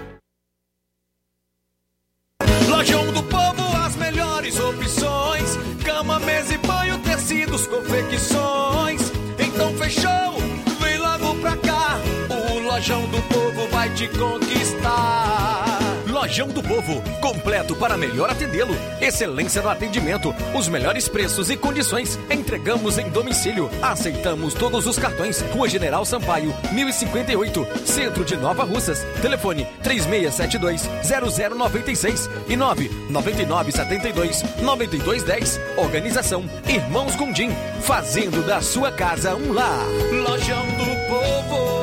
U: Lojão do Povo, as melhores opções: cama, mesa e banho, tecidos, confecções. Então fechou, vem logo pra cá. O Lojão do Povo vai te conquistar.
R: Lojão do Povo, completo para melhor atendê-lo. Excelência no atendimento, os melhores preços e condições. Entregamos em domicílio. Aceitamos todos os cartões. Rua General Sampaio, mil e cinquenta e oito, Centro de Nova Russas. Telefone três seis sete dois, zero zero nove seis e nove nove nove sete dois, nove dois um zero. Organização Irmãos Gondim, fazendo da sua casa um lar. Lojão do Povo.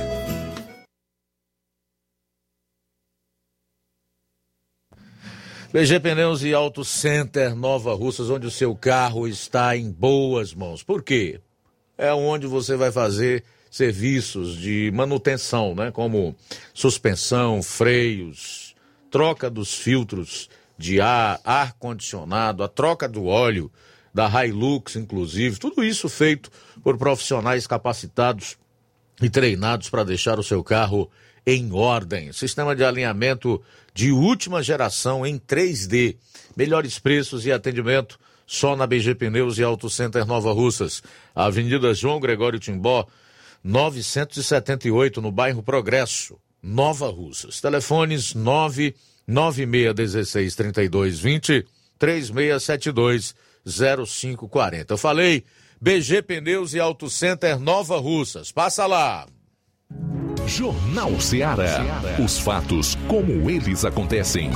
B: B G Pneus e Auto Center Nova Russas, onde o seu carro está em boas mãos. Por quê? É onde você vai fazer serviços de manutenção, né? Como suspensão, freios, troca dos filtros de ar, ar-condicionado, a troca do óleo da Hilux, inclusive. Tudo isso feito por profissionais capacitados e treinados para deixar o seu carro em ordem. Sistema de alinhamento de última geração em três D. Melhores preços e atendimento só na B G Pneus e Auto Center Nova Russas. Avenida João Gregório Timbó, novecentos e setenta e oito, no bairro Progresso, Nova Russas. Telefones nove nove seis um seis, três dois dois zero, três seis sete dois, zero cinco quatro zero. Eu falei B G Pneus e Auto Center Nova Russas. Passa lá.
A: Jornal Ceará. Os fatos como eles acontecem.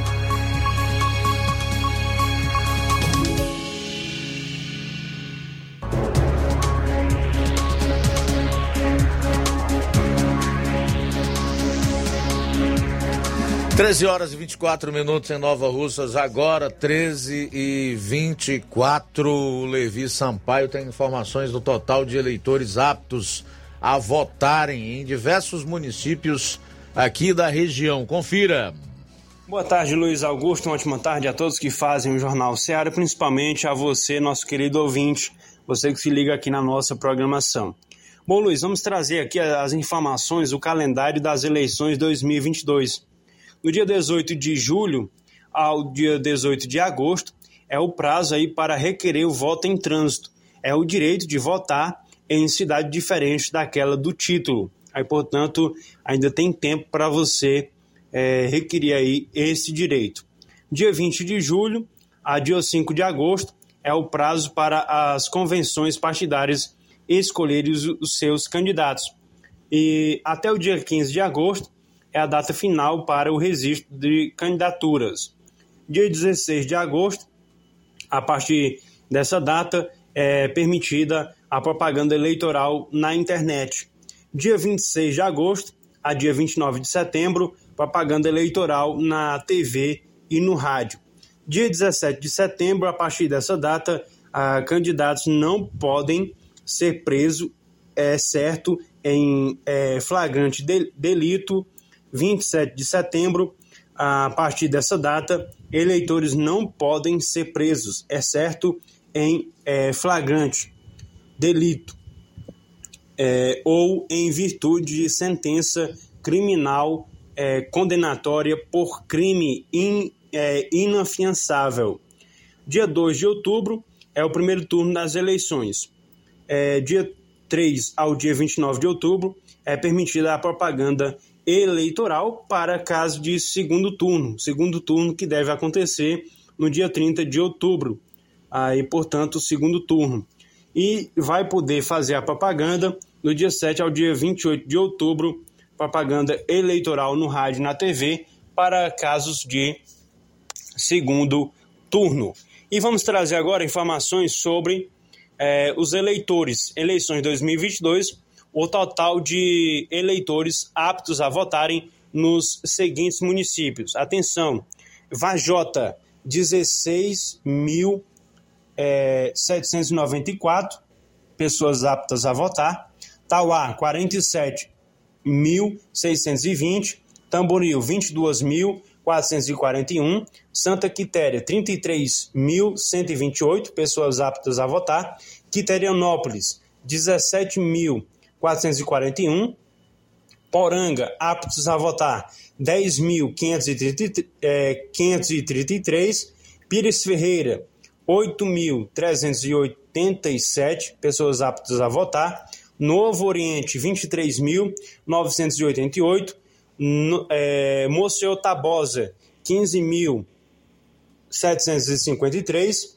B: treze horas e vinte e quatro minutos em Nova Russas, agora treze e vinte e quatro. O Levi Sampaio tem informações do total de eleitores aptos a votarem em diversos municípios aqui da região. Confira.
T: Boa tarde, Luiz Augusto. Uma ótima tarde a todos que fazem o Jornal Ceará, principalmente a você, nosso querido ouvinte, você que se liga aqui na nossa programação. Bom, Luiz, vamos trazer aqui as informações do calendário das eleições dois mil e vinte e dois. No dia dezoito de julho ao dia dezoito de agosto é o prazo aí para requerer o voto em trânsito. É o direito de votar em cidade diferente daquela do título. Aí, portanto, ainda tem tempo para você é, requerer aí esse direito. Dia vinte de julho a dia cinco de agosto é o prazo para as convenções partidárias escolherem os, os seus candidatos. E até o dia quinze de agosto é a data final para o registro de candidaturas. Dia dezesseis de agosto, a partir dessa data, é permitida a propaganda eleitoral na internet. Dia vinte e seis de agosto a dia vinte e nove de setembro, propaganda eleitoral na T V e no rádio. Dia dezessete de setembro, a partir dessa data, a, candidatos não podem ser presos, é certo, em é, flagrante de, delito. vinte e sete de setembro, a partir dessa data, eleitores não podem ser presos, é certo, em é, flagrante delito é, ou em virtude de sentença criminal é, condenatória por crime in, é, inafiançável. Dia dois de outubro é o primeiro turno das eleições. É, dia três ao dia vinte e nove de outubro é permitida a propaganda eleitoral para caso de segundo turno, segundo turno que deve acontecer no dia trinta de outubro, aí, portanto, o segundo turno. E vai poder fazer a propaganda no dia sete ao dia vinte e oito de outubro, propaganda eleitoral no rádio e na T V para casos de segundo turno. E vamos trazer agora informações sobre eh, os eleitores, eleições dois mil e vinte e dois, o total de eleitores aptos a votarem nos seguintes municípios. Atenção, Varjota, dezesseis mil setecentos e noventa e quatro pessoas aptas a votar. Tauá, quarenta e sete mil seiscentos e vinte. Tamboril, vinte e dois mil quatrocentos e quarenta e um. Santa Quitéria, trinta e três mil cento e vinte e oito pessoas aptas a votar. Quiterianópolis, dezessete mil quatrocentos e quarenta e um. Poranga, aptos a votar, dez mil quinhentos e trinta e três. Pires Ferreira, oito mil trezentos e oitenta e sete pessoas aptas a votar. Novo Oriente, vinte e três mil novecentos e oitenta e oito. No, é, Moceu Tabosa, quinze mil setecentos e cinquenta e três.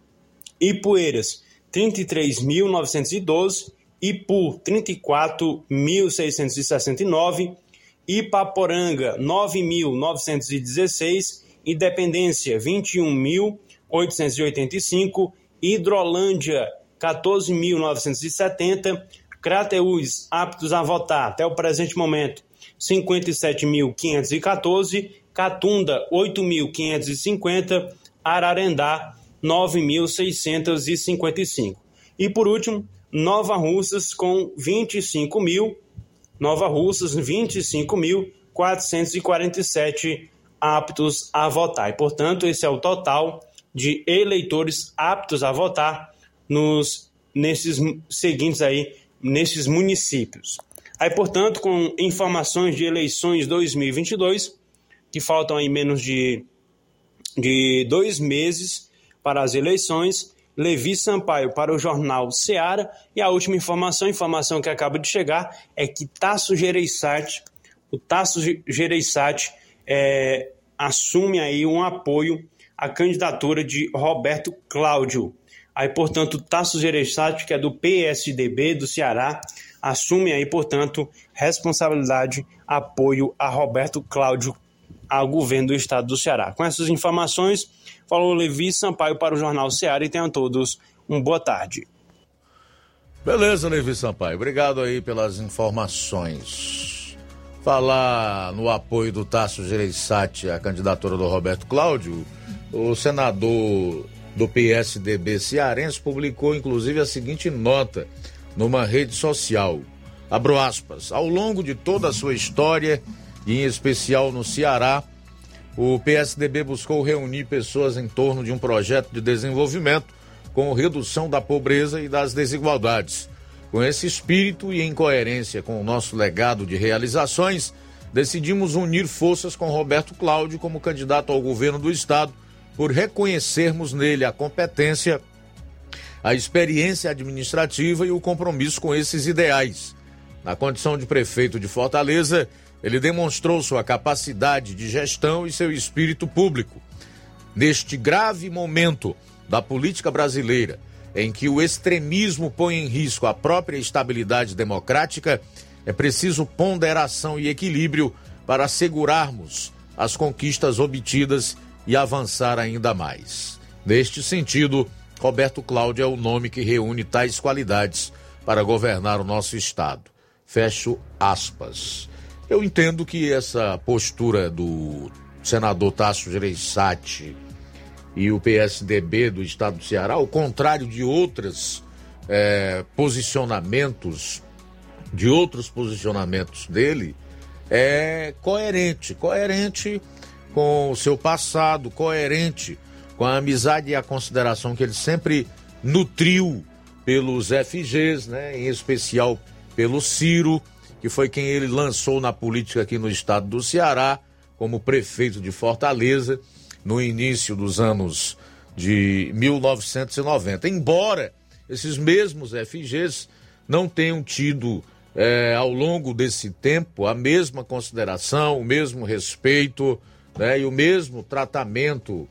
T: Ipueiras, trinta e três mil novecentos e doze. Ipu, trinta e quatro mil seiscentos e sessenta e nove. Ipaporanga, nove mil novecentos e dezesseis. Independência, vinte e um mil oitocentos e oitenta e cinco. Hidrolândia, quatorze mil novecentos e setenta. Crateús, aptos a votar até o presente momento, cinquenta e sete mil quinhentos e quatorze. Catunda, oito mil quinhentos e cinquenta. Ararendá, nove mil seiscentos e cinquenta e cinco. E por último, Nova Russas com vinte e cinco mil, Nova Russas, vinte e cinco mil quatrocentos e quarenta e sete aptos a votar. E, portanto, esse é o total de eleitores aptos a votar nos, nesses seguintes aí, nesses municípios. Aí, portanto, com informações de eleições dois mil e vinte e dois, que faltam aí menos de, de dois meses para as eleições, Levi Sampaio para o Jornal Ceará. E a última informação, informação que acaba de chegar, é que Tasso Gereissati, o Tasso Gereissati é, assume aí um apoio à candidatura de Roberto Cláudio. Aí, portanto, Tasso Gereissati, que é do P S D B do Ceará, assume aí, portanto, responsabilidade, apoio a Roberto Cláudio ao governo do estado do Ceará. Com essas informações, falou Levi Sampaio para o Jornal Ceará e tenham todos uma boa tarde.
B: Beleza, Levi Sampaio. Obrigado aí pelas informações. Falar no apoio do Tasso Gereissati à candidatura do Roberto Cláudio, o senador do P S D B cearense publicou inclusive a seguinte nota numa rede social. Abro aspas. Ao longo de toda a sua história, e em especial no Ceará, o P S D B buscou reunir pessoas em torno de um projeto de desenvolvimento com redução da pobreza e das desigualdades. Com esse espírito e em coerência com o nosso legado de realizações, decidimos unir forças com Roberto Cláudio como candidato ao governo do estado, por reconhecermos nele a competência, a experiência administrativa e o compromisso com esses ideais. Na condição de prefeito de Fortaleza, ele demonstrou sua capacidade de gestão e seu espírito público. Neste grave momento da política brasileira, em que o extremismo põe em risco a própria estabilidade democrática, é preciso ponderação e equilíbrio para assegurarmos as conquistas obtidas e avançar ainda mais. Neste sentido, Roberto Cláudio é o nome que reúne tais qualidades para governar o nosso estado. Fecho aspas. Eu entendo que essa postura do senador Tasso Gereissati e o P S D B do estado do Ceará, ao contrário de outros é, posicionamentos, de outros posicionamentos dele, é coerente, coerente com o seu passado, coerente com a amizade e a consideração que ele sempre nutriu pelos F Gs, né, em especial pelo Ciro, que foi quem ele lançou na política aqui no estado do Ceará, como prefeito de Fortaleza, no início dos anos de mil novecentos e noventa. Embora esses mesmos F Gs não tenham tido, é, ao longo desse tempo, a mesma consideração, o mesmo respeito, né, e o mesmo tratamento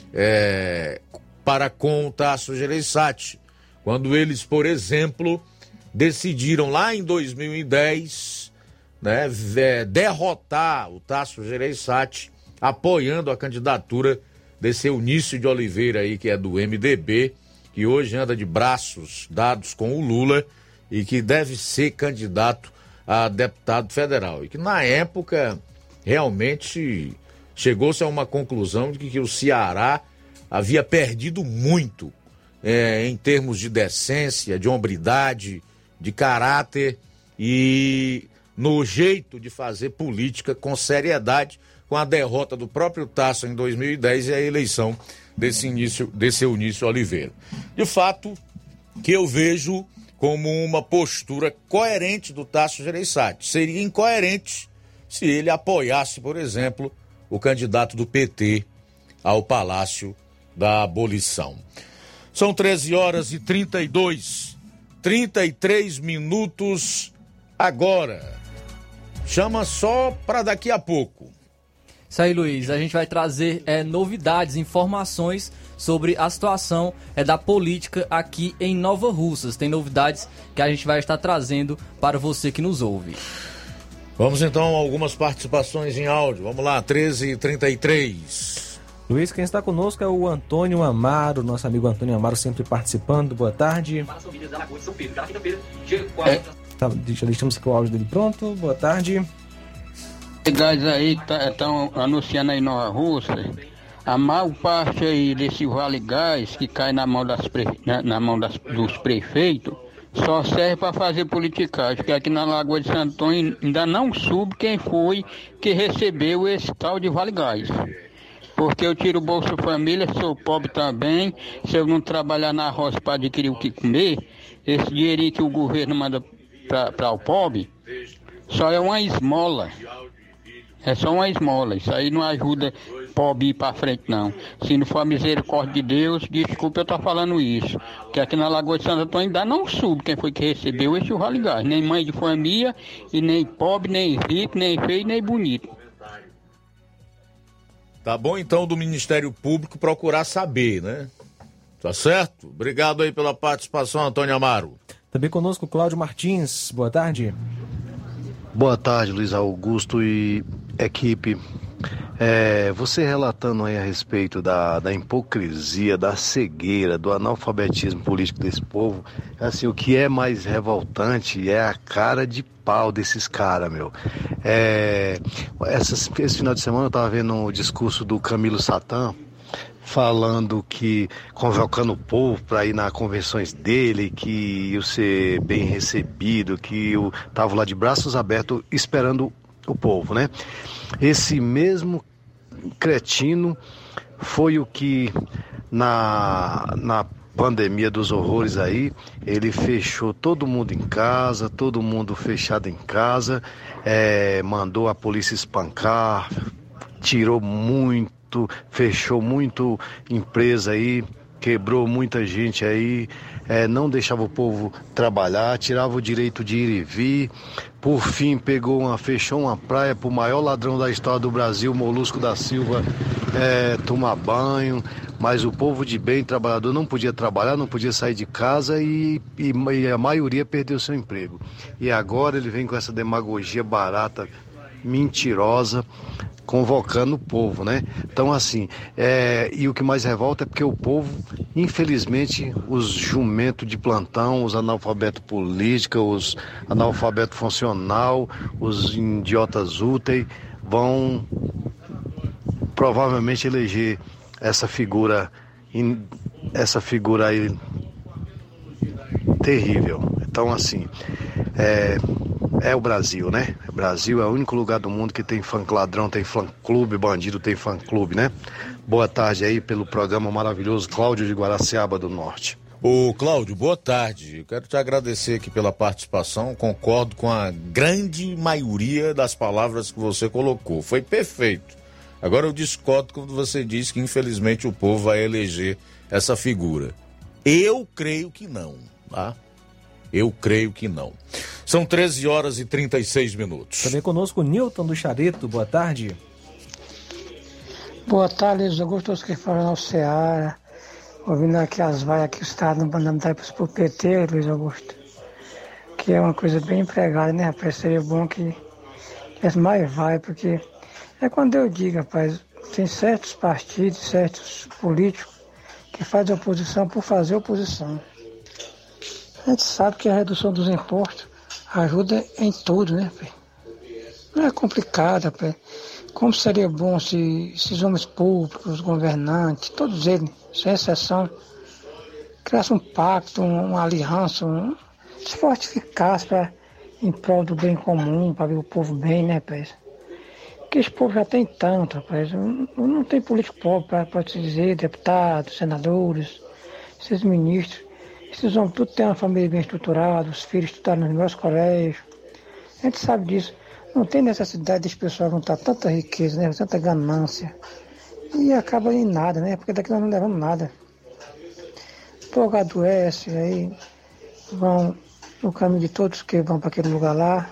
B: é, para com o Tasso Gereissati, quando eles, por exemplo, decidiram lá em dois mil e dez, né, derrotar o Tasso Gereissati, apoiando a candidatura desse Eunício de Oliveira aí, que é do M D B, que hoje anda de braços dados com o Lula e que deve ser candidato a deputado federal. E que na época realmente chegou-se a uma conclusão de que, que o Ceará havia perdido muito é, em termos de decência, de hombridade, de caráter e no jeito de fazer política com seriedade, com a derrota do próprio Tasso em dois mil e dez e a eleição desse, início, desse Eunício Oliveira. De fato, que eu vejo como uma postura coerente do Tasso Gereissati. Seria incoerente se ele apoiasse, por exemplo, o candidato do P T ao Palácio da Abolição. São treze horas e trinta e dois, trinta e três minutos agora. Chama só para daqui a pouco.
D: Isso aí, Luiz. A gente vai trazer é, novidades, informações sobre a situação é, da política aqui em Nova Russas. Tem novidades que a gente vai estar trazendo para você que nos ouve.
B: Vamos então a algumas participações em áudio. Vamos lá, treze e trinta e três.
C: Luiz, quem está conosco é o Antônio Amaro, nosso amigo Antônio Amaro, sempre participando. Boa tarde. É. Tá, deixa, deixamos aqui o áudio dele pronto. Boa tarde.
J: Gás aí que estão tá, anunciando aí Nova Russa, a maior parte aí desse Vale Gás que cai na mão, das pre... na, na mão das, dos prefeitos só serve para fazer politicagem, porque aqui na Lagoa de Santo Antônio ainda não soube quem foi que recebeu esse tal de Vale Gás. Porque eu tiro o Bolsa Família, sou pobre também, se eu não trabalhar na roça para adquirir o que comer, esse dinheirinho que o governo manda para o pobre, só é uma esmola. É só uma esmola, isso aí não ajuda pobre ir para frente não. Se não for a misericórdia de Deus, desculpa eu estar falando isso, que aqui na Lagoa de Santo Antônio ainda não soube quem foi que recebeu esse Vale Gás, nem mãe de família, e nem pobre, nem rico, nem feio, nem bonito.
B: Tá bom então do Ministério Público procurar saber, né? Tá certo? Obrigado aí pela participação, Antônio Amaro.
C: Também conosco Cláudio Martins, boa tarde.
V: Boa tarde, Luiz Augusto e equipe. É, você relatando aí a respeito da, da hipocrisia, da cegueira, do analfabetismo político desse povo, assim, o que é mais revoltante é a cara de pau desses caras, meu. É, essas, esse final de semana eu tava vendo o discurso do Camilo Satã, falando que, convocando o povo para ir nas convenções dele, que ia ser bem recebido, que eu tava lá de braços abertos esperando o povo, né? Esse mesmo cretino foi o que na, na pandemia dos horrores aí, ele fechou todo mundo em casa, todo mundo fechado em casa, é, mandou a polícia espancar, tirou muito, fechou muito empresa aí, quebrou muita gente aí, é, não deixava o povo trabalhar, tirava o direito de ir e vir. Por fim, pegou uma, fechou uma praia para o maior ladrão da história do Brasil, Molusco da Silva, é, tomar banho. Mas o povo de bem, trabalhador, não podia trabalhar, não podia sair de casa e, e, e a maioria perdeu seu emprego. E agora ele vem com essa demagogia barata, mentirosa, convocando o povo, né? Então, assim, é, e o que mais revolta é porque o povo, infelizmente, os jumentos de plantão, os analfabetos políticos, os analfabetos funcional, os idiotas úteis, vão provavelmente eleger essa figura, essa figura aí terrível. Então, assim, é... É o Brasil, né? O Brasil é o único lugar do mundo que tem fã ladrão, tem fã clube, bandido tem fã clube, né? Boa tarde aí pelo programa maravilhoso, Cláudio de Guaraciaba do Norte.
B: Ô Cláudio, boa tarde. Eu quero te agradecer aqui pela participação. Concordo com a grande maioria das palavras que você colocou. Foi perfeito. Agora eu discordo quando você diz que infelizmente o povo vai eleger essa figura. Eu creio que não, tá? Eu creio que não. São treze horas e trinta e seis minutos.
C: Também conosco o Nilton do Chareto. Boa tarde.
F: Boa tarde, Luiz Augusto, todos que falam no Ceará. Ouvindo aqui as vaias que o Estado não mandando dar para o P T, Luiz Augusto. Que é uma coisa bem empregada, né, rapaz? Seria bom que tivesse mais vai, porque é quando eu digo, rapaz, tem certos partidos, certos políticos que fazem oposição por fazer oposição. A gente sabe que a redução dos impostos ajuda em tudo, né, pai? Não é complicado, pai. Como seria bom se esses homens públicos, os governantes, todos eles, sem exceção, criassem um pacto, uma aliança, um, se fortificasse pra, em prol do bem comum, para ver o povo bem, né, pai? Porque esse povo já tem tanto, rapaz. Não, não tem político pobre, pode se dizer, deputados, senadores, esses ministros. Esses homens tudo têm uma família bem estruturada, os filhos estudaram nos melhores colégios. A gente sabe disso. Não tem necessidade desse pessoal juntar tanta riqueza, né? Tanta ganância. E acaba em nada, né? Porque daqui nós não levamos nada. O povo adoece, aí vão no caminho de todos que vão para aquele lugar lá.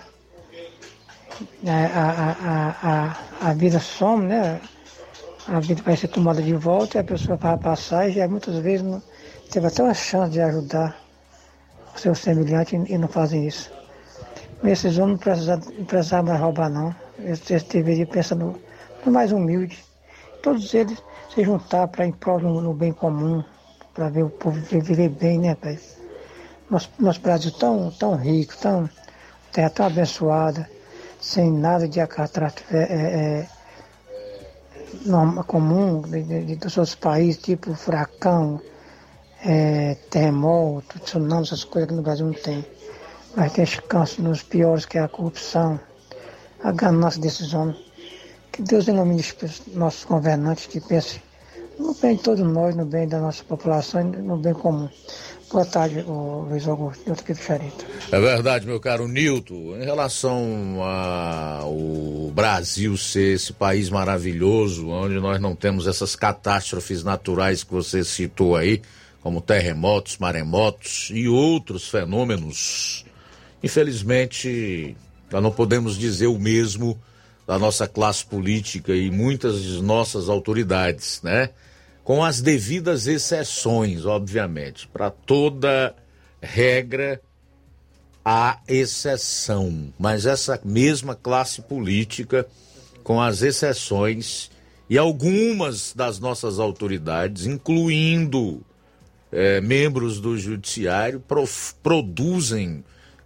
F: A, a, a, a, a vida some, né? A vida vai ser tomada de volta e a pessoa vai passar e já muitas vezes não teve até uma chance de ajudar o seu semelhante e não fazem isso. Mas esses homens não precisavam, não precisavam mais roubar, não. Eles, eles deveriam pensar no, no mais humilde. Todos eles se juntar para ir prol no, no bem comum, para ver o povo viver bem, né, pai? Nosso, nosso Brasil tão, tão rico, tão, terra tão abençoada, sem nada de catástrofe é, é, norma comum de, de, dos outros países, tipo furacão, É, terremoto, tsunami, essas coisas que no Brasil não tem. Mas tem esse câncer nos piores, que é a corrupção, a ganância desses homens. Que Deus ilumine os nossos governantes que pensem no bem de todos nós, no bem da nossa população e no bem comum. Boa tarde, Luiz Augusto, Nilton aqui do Charito.
B: É verdade, meu caro Nilton. Em relação ao Brasil ser esse país maravilhoso, onde nós não temos essas catástrofes naturais que você citou aí, como terremotos, maremotos e outros fenômenos, infelizmente, nós não podemos dizer o mesmo da nossa classe política e muitas de nossas autoridades, né? Com as devidas exceções, obviamente. Para toda regra há exceção, mas essa mesma classe política, com as exceções, e algumas das nossas autoridades, incluindo É, membros do judiciário, prof, produzem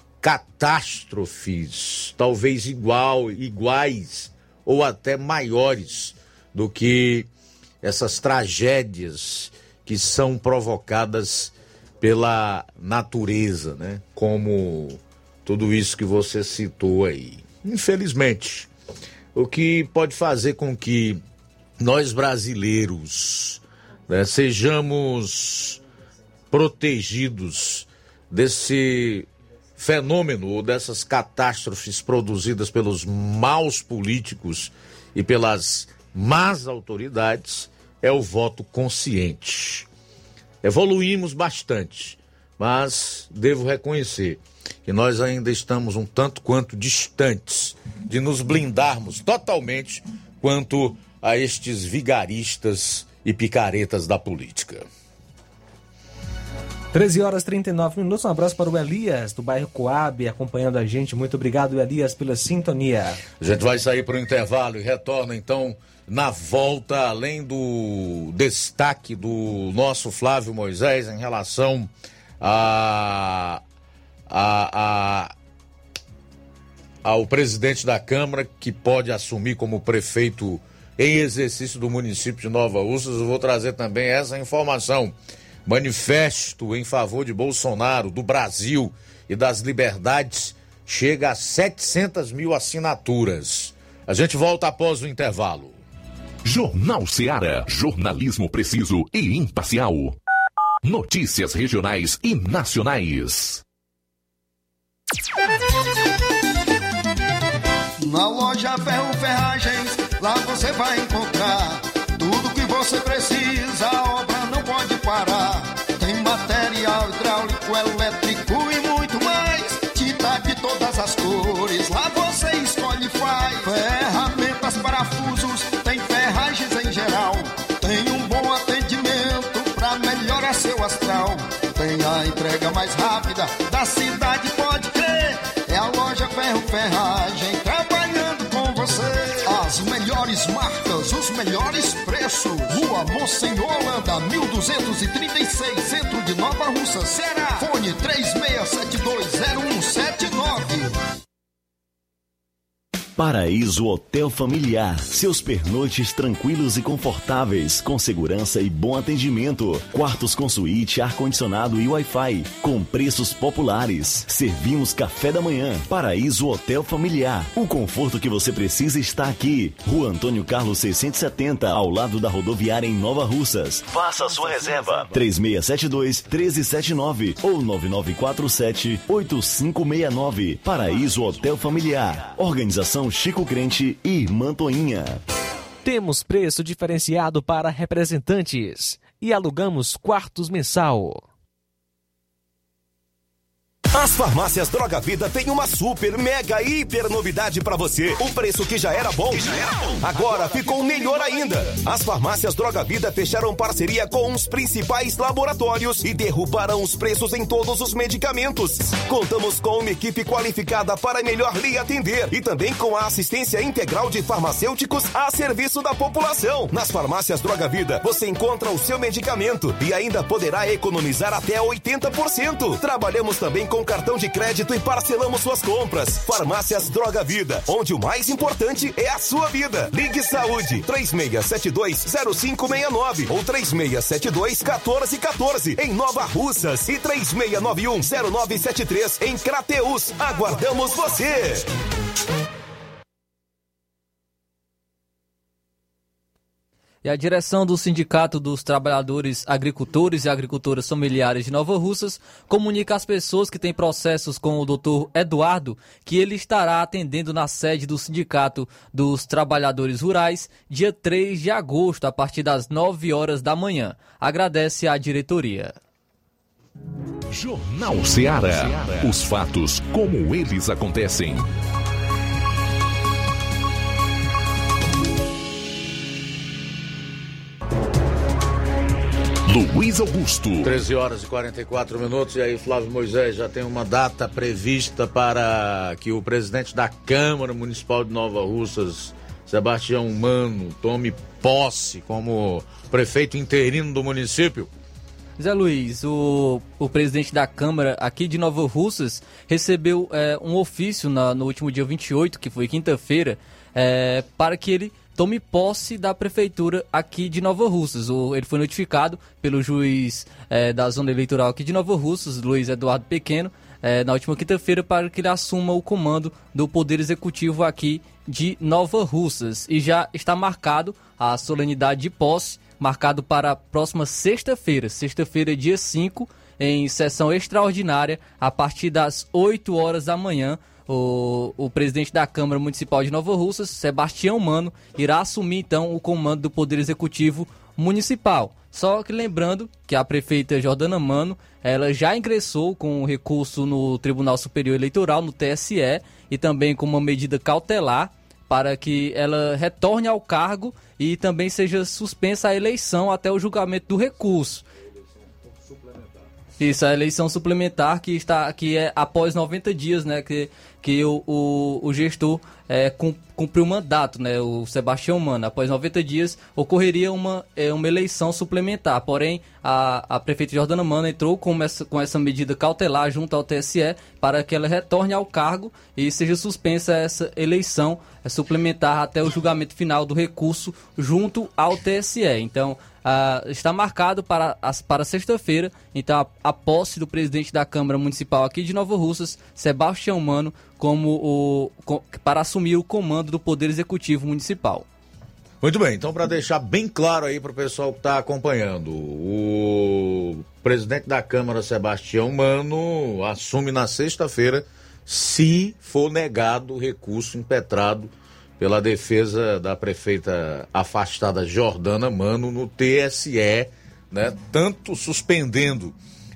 B: catástrofes talvez igual, iguais ou até maiores do que essas tragédias que são provocadas pela natureza, né? Como tudo isso que você citou aí. Infelizmente, o que pode fazer com que nós brasileiros, né, sejamos protegidos desse fenômeno ou dessas catástrofes produzidas pelos maus políticos e pelas más autoridades, é o voto consciente. Evoluímos bastante, mas devo reconhecer que nós ainda estamos um tanto quanto distantes de nos blindarmos totalmente quanto a estes vigaristas e picaretas da política.
C: treze horas e trinta e nove minutos, um abraço para o Elias, do bairro Coab, acompanhando a gente. Muito obrigado, Elias, pela sintonia.
B: A gente vai sair para o intervalo e retorna, então, na volta, além do destaque do nosso Flávio Moisés em relação a, a, a, ao presidente da Câmara, que pode assumir como prefeito em exercício do município de Nova Russas. Eu vou trazer também essa informação. Manifesto em favor de Bolsonaro, do Brasil e das liberdades chega a setecentas mil assinaturas. A gente volta após o intervalo.
A: Jornal Ceará, jornalismo preciso e imparcial. Notícias regionais e nacionais.
O: Na loja Ferro Ferragens, lá você vai encontrar tudo que você precisa, a obra não pode parar. Tem material hidráulico, elétrico e muito mais. Tinta de todas as cores, lá você escolhe e faz. Ferramentas, parafusos, tem ferragens em geral. Tem um bom atendimento pra melhorar seu astral. Tem a entrega mais rápida da cidade, pode crer. É a loja Ferro Ferragem trabalhando com você. As melhores marcas, os melhores preços. Rua Monsenhor Holanda, mil duzentos e trinta e seis, centro de Nova Russa, Ceará. Fone três seis sete dois zero um sete nove.
L: Paraíso Hotel Familiar. Seus pernoites tranquilos e confortáveis, com segurança e bom atendimento. Quartos com suíte, ar-condicionado e Wi-Fi, com preços populares. Servimos café da manhã. Paraíso Hotel Familiar. O conforto que você precisa está aqui. Rua Antônio Carlos seiscentos e setenta, ao lado da rodoviária em Nova Russas. Faça a sua reserva. três seis sete dois, um três sete nove ou nove nove quatro sete, oito cinco seis nove. Paraíso Hotel Familiar. Organização Chico Crente e Mantoinha.
N: Temos preço diferenciado para representantes e alugamos quartos mensal.
W: As farmácias Droga Vida têm uma super, mega, hiper novidade pra você. O preço que já era bom, que já era bom. Agora ficou melhor ainda. As farmácias Droga Vida fecharam parceria com os principais laboratórios e derrubaram os preços em todos os medicamentos. Contamos com uma equipe qualificada para melhor lhe atender e também com a assistência integral de farmacêuticos a serviço da população. Nas farmácias Droga Vida, você encontra o seu medicamento e ainda poderá economizar até oitenta por cento. Trabalhamos também com cartão de crédito e parcelamos suas compras. Farmácias Droga Vida, onde o mais importante é a sua vida. Ligue Saúde três seis sete dois zero cinco seis nove ou três seis sete dois um quatro um quatro em Nova Russas e três seis nove um zero nove sete três em Crateús. Aguardamos você!
D: E a direção do Sindicato dos Trabalhadores Agricultores e Agricultoras Familiares de Nova Russas comunica às pessoas que têm processos com o doutor Eduardo que ele estará atendendo na sede do Sindicato dos Trabalhadores Rurais dia três de agosto, a partir das nove horas da manhã. Agradece a diretoria.
A: Jornal Ceará. Os fatos como eles acontecem. Luiz Augusto.
B: treze horas e quarenta e quatro minutos. E aí, Flávio Moisés, já tem uma data prevista para que o presidente da Câmara Municipal de Nova Russas, Sebastião Mano, tome posse como prefeito interino do município?
D: Zé Luiz, o, o presidente da Câmara aqui de Nova Russas recebeu é, um ofício na, no último dia vinte e oito, que foi quinta-feira, é, para que ele tome posse da prefeitura aqui de Nova Russas. O, ele foi notificado pelo juiz é, da zona eleitoral aqui de Nova Russas, Luiz Eduardo Pequeno, é, na última quinta-feira para que ele assuma o comando do Poder Executivo aqui de Nova Russas. E já está marcado a solenidade de posse, marcado para a próxima sexta-feira, sexta-feira, dia cinco, em sessão extraordinária, a partir das oito horas da manhã. O, o presidente da Câmara Municipal de Nova Russas, Sebastião Mano, irá assumir então o comando do Poder Executivo Municipal. Só que lembrando que a prefeita Jordana Mano, ela já ingressou com um recurso no Tribunal Superior Eleitoral, no T S E, e também com uma medida cautelar para que ela retorne ao cargo e também seja suspensa a eleição até o julgamento do recurso. Isso, a eleição suplementar que, está, que é após noventa dias, né, que, que o, o, o gestor é, cumpriu o mandato, né, o Sebastião Mano. Após noventa dias ocorreria uma, é, uma eleição suplementar, porém a, a prefeita Jordana Mano entrou com essa, com essa medida cautelar junto ao T S E para que ela retorne ao cargo e seja suspensa essa eleição suplementar até o julgamento final do recurso junto ao T S E. Então, Uh, está marcado para, para sexta-feira, então a, a posse do presidente da Câmara Municipal aqui de Nova Russas, Sebastião Mano, como o, com, para assumir o comando do Poder Executivo Municipal.
B: Muito bem, então para deixar bem claro aí para o pessoal que está acompanhando, o presidente da Câmara, Sebastião Mano, assume na sexta-feira, se for negado o recurso impetrado pela defesa da prefeita afastada Jordana Mano no T S E, né, tanto suspendendo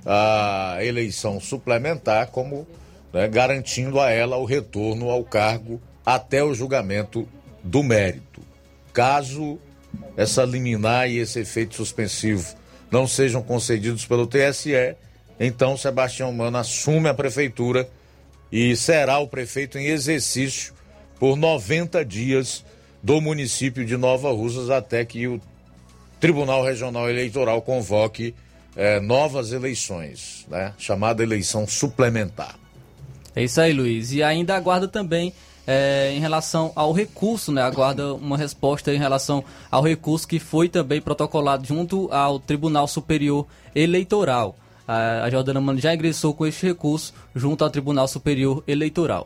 B: a eleição suplementar como, né, garantindo a ela o retorno ao cargo até o julgamento do mérito. Caso essa liminar e esse efeito suspensivo não sejam concedidos pelo T S E, então Sebastião Mano assume a prefeitura e será o prefeito em exercício por noventa dias do município de Nova Russas, até que o Tribunal Regional Eleitoral convoque eh, novas eleições, né? Chamada eleição suplementar.
D: É isso aí, Luiz. E ainda aguarda também é, em relação ao recurso, né? Aguarda uma resposta em relação ao recurso que foi também protocolado junto ao Tribunal Superior Eleitoral. A, a Jordana Mano já ingressou com este recurso junto ao Tribunal Superior Eleitoral.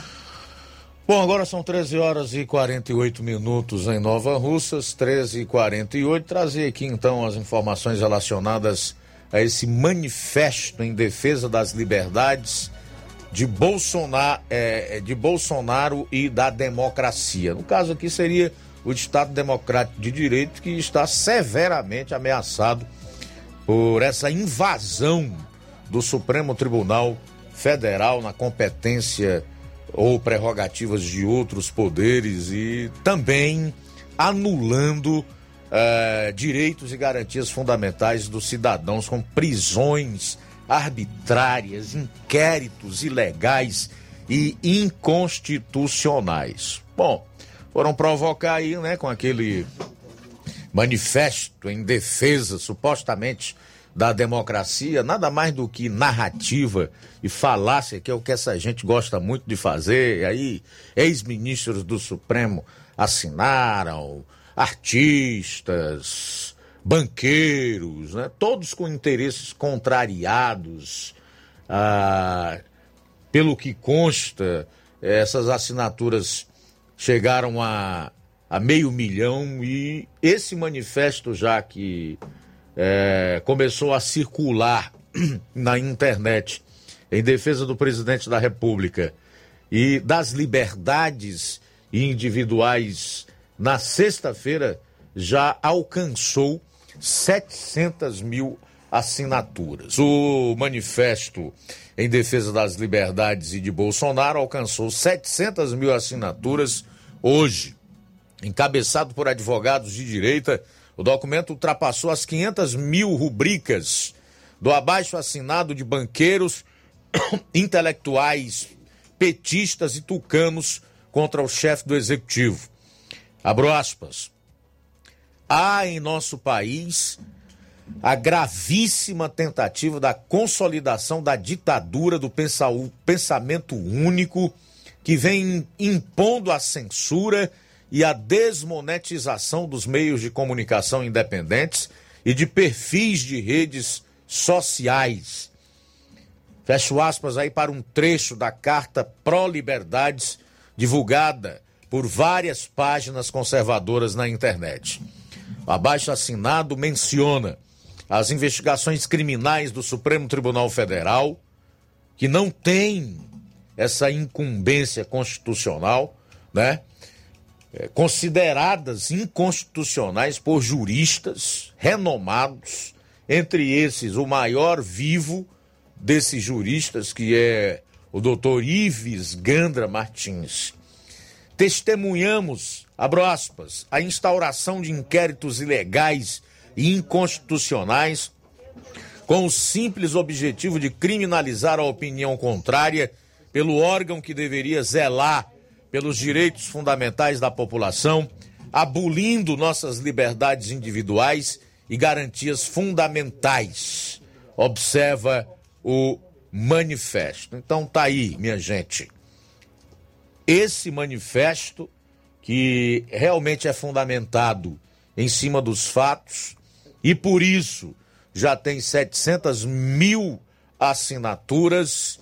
B: Bom, agora são treze horas e quarenta e oito minutos em Nova Russas, treze e quarenta e oito. Trazer aqui então as informações relacionadas a esse manifesto em defesa das liberdades de Bolsonaro, é, de Bolsonaro e da democracia. No caso aqui seria o Estado Democrático de Direito, que está severamente ameaçado por essa invasão do Supremo Tribunal Federal na competência ou prerrogativas de outros poderes e também anulando eh, direitos e garantias fundamentais dos cidadãos, com prisões arbitrárias, inquéritos ilegais e inconstitucionais. Bom, foram provocar aí, né, com aquele manifesto em defesa, supostamente, da democracia, nada mais do que narrativa e falácia, que é o que essa gente gosta muito de fazer. E aí, ex-ministros do Supremo assinaram, artistas, banqueiros, né? Todos com interesses contrariados. Ah, pelo que consta, essas assinaturas chegaram a, a meio milhão, e esse manifesto, já que É, começou a circular na internet em defesa do presidente da República e das liberdades individuais, na sexta-feira já alcançou setecentas mil assinaturas. O manifesto em defesa das liberdades e de Bolsonaro alcançou setecentas mil assinaturas hoje, encabeçado por advogados de direita. O documento ultrapassou as quinhentas mil rubricas do abaixo-assinado de banqueiros, intelectuais, petistas e tucanos contra o chefe do executivo. Abro aspas. Há em nosso país a gravíssima tentativa da consolidação da ditadura do pensamento único, que vem impondo a censura e a desmonetização dos meios de comunicação independentes e de perfis de redes sociais. Fecho aspas aí para um trecho da carta pró-liberdades divulgada por várias páginas conservadoras na internet. O abaixo assinado menciona as investigações criminais do Supremo Tribunal Federal, que não tem essa incumbência constitucional, né? É, consideradas inconstitucionais por juristas renomados, entre esses o maior vivo desses juristas, que é o doutor Ives Gandra Martins. Testemunhamos, abro aspas, a instauração de inquéritos ilegais e inconstitucionais com o simples objetivo de criminalizar a opinião contrária pelo órgão que deveria zelar pelos direitos fundamentais da população, abolindo nossas liberdades individuais e garantias fundamentais, observa o manifesto. Então tá aí, minha gente. Esse manifesto, que realmente é fundamentado em cima dos fatos e por isso já tem setecentas mil assinaturas,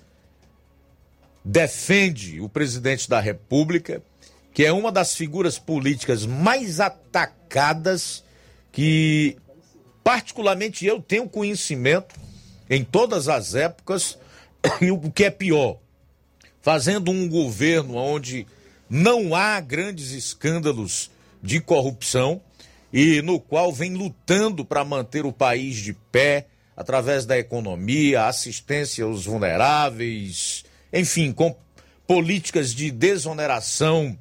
B: defende o presidente da República, que é uma das figuras políticas mais atacadas que, particularmente, eu tenho conhecimento em todas as épocas, e o que é pior, fazendo um governo onde não há grandes escândalos de corrupção e no qual vem lutando para manter o país de pé através da economia, assistência aos vulneráveis, enfim, com políticas de desoneração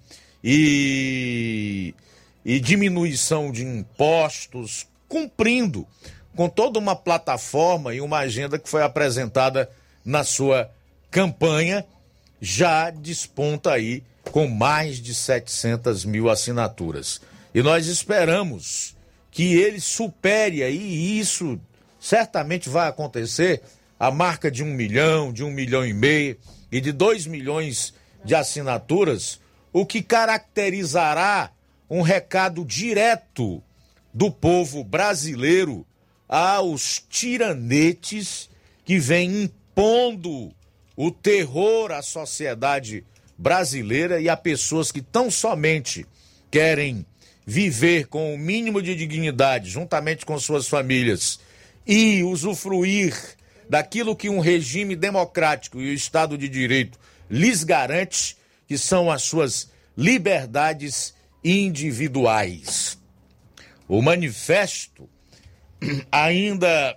B: e, e diminuição de impostos, cumprindo com toda uma plataforma e uma agenda que foi apresentada na sua campanha, já desponta aí com mais de setecentas mil assinaturas. E nós esperamos que ele supere aí, e isso certamente vai acontecer, a marca de um milhão, de um milhão e meio e de dois milhões de assinaturas, o que caracterizará um recado direto do povo brasileiro aos tiranetes que vêm impondo o terror à sociedade brasileira e a pessoas que tão somente querem viver com o mínimo de dignidade, juntamente com suas famílias, e usufruir daquilo que um regime democrático e o Estado de Direito lhes garante, que são as suas liberdades individuais. O manifesto ainda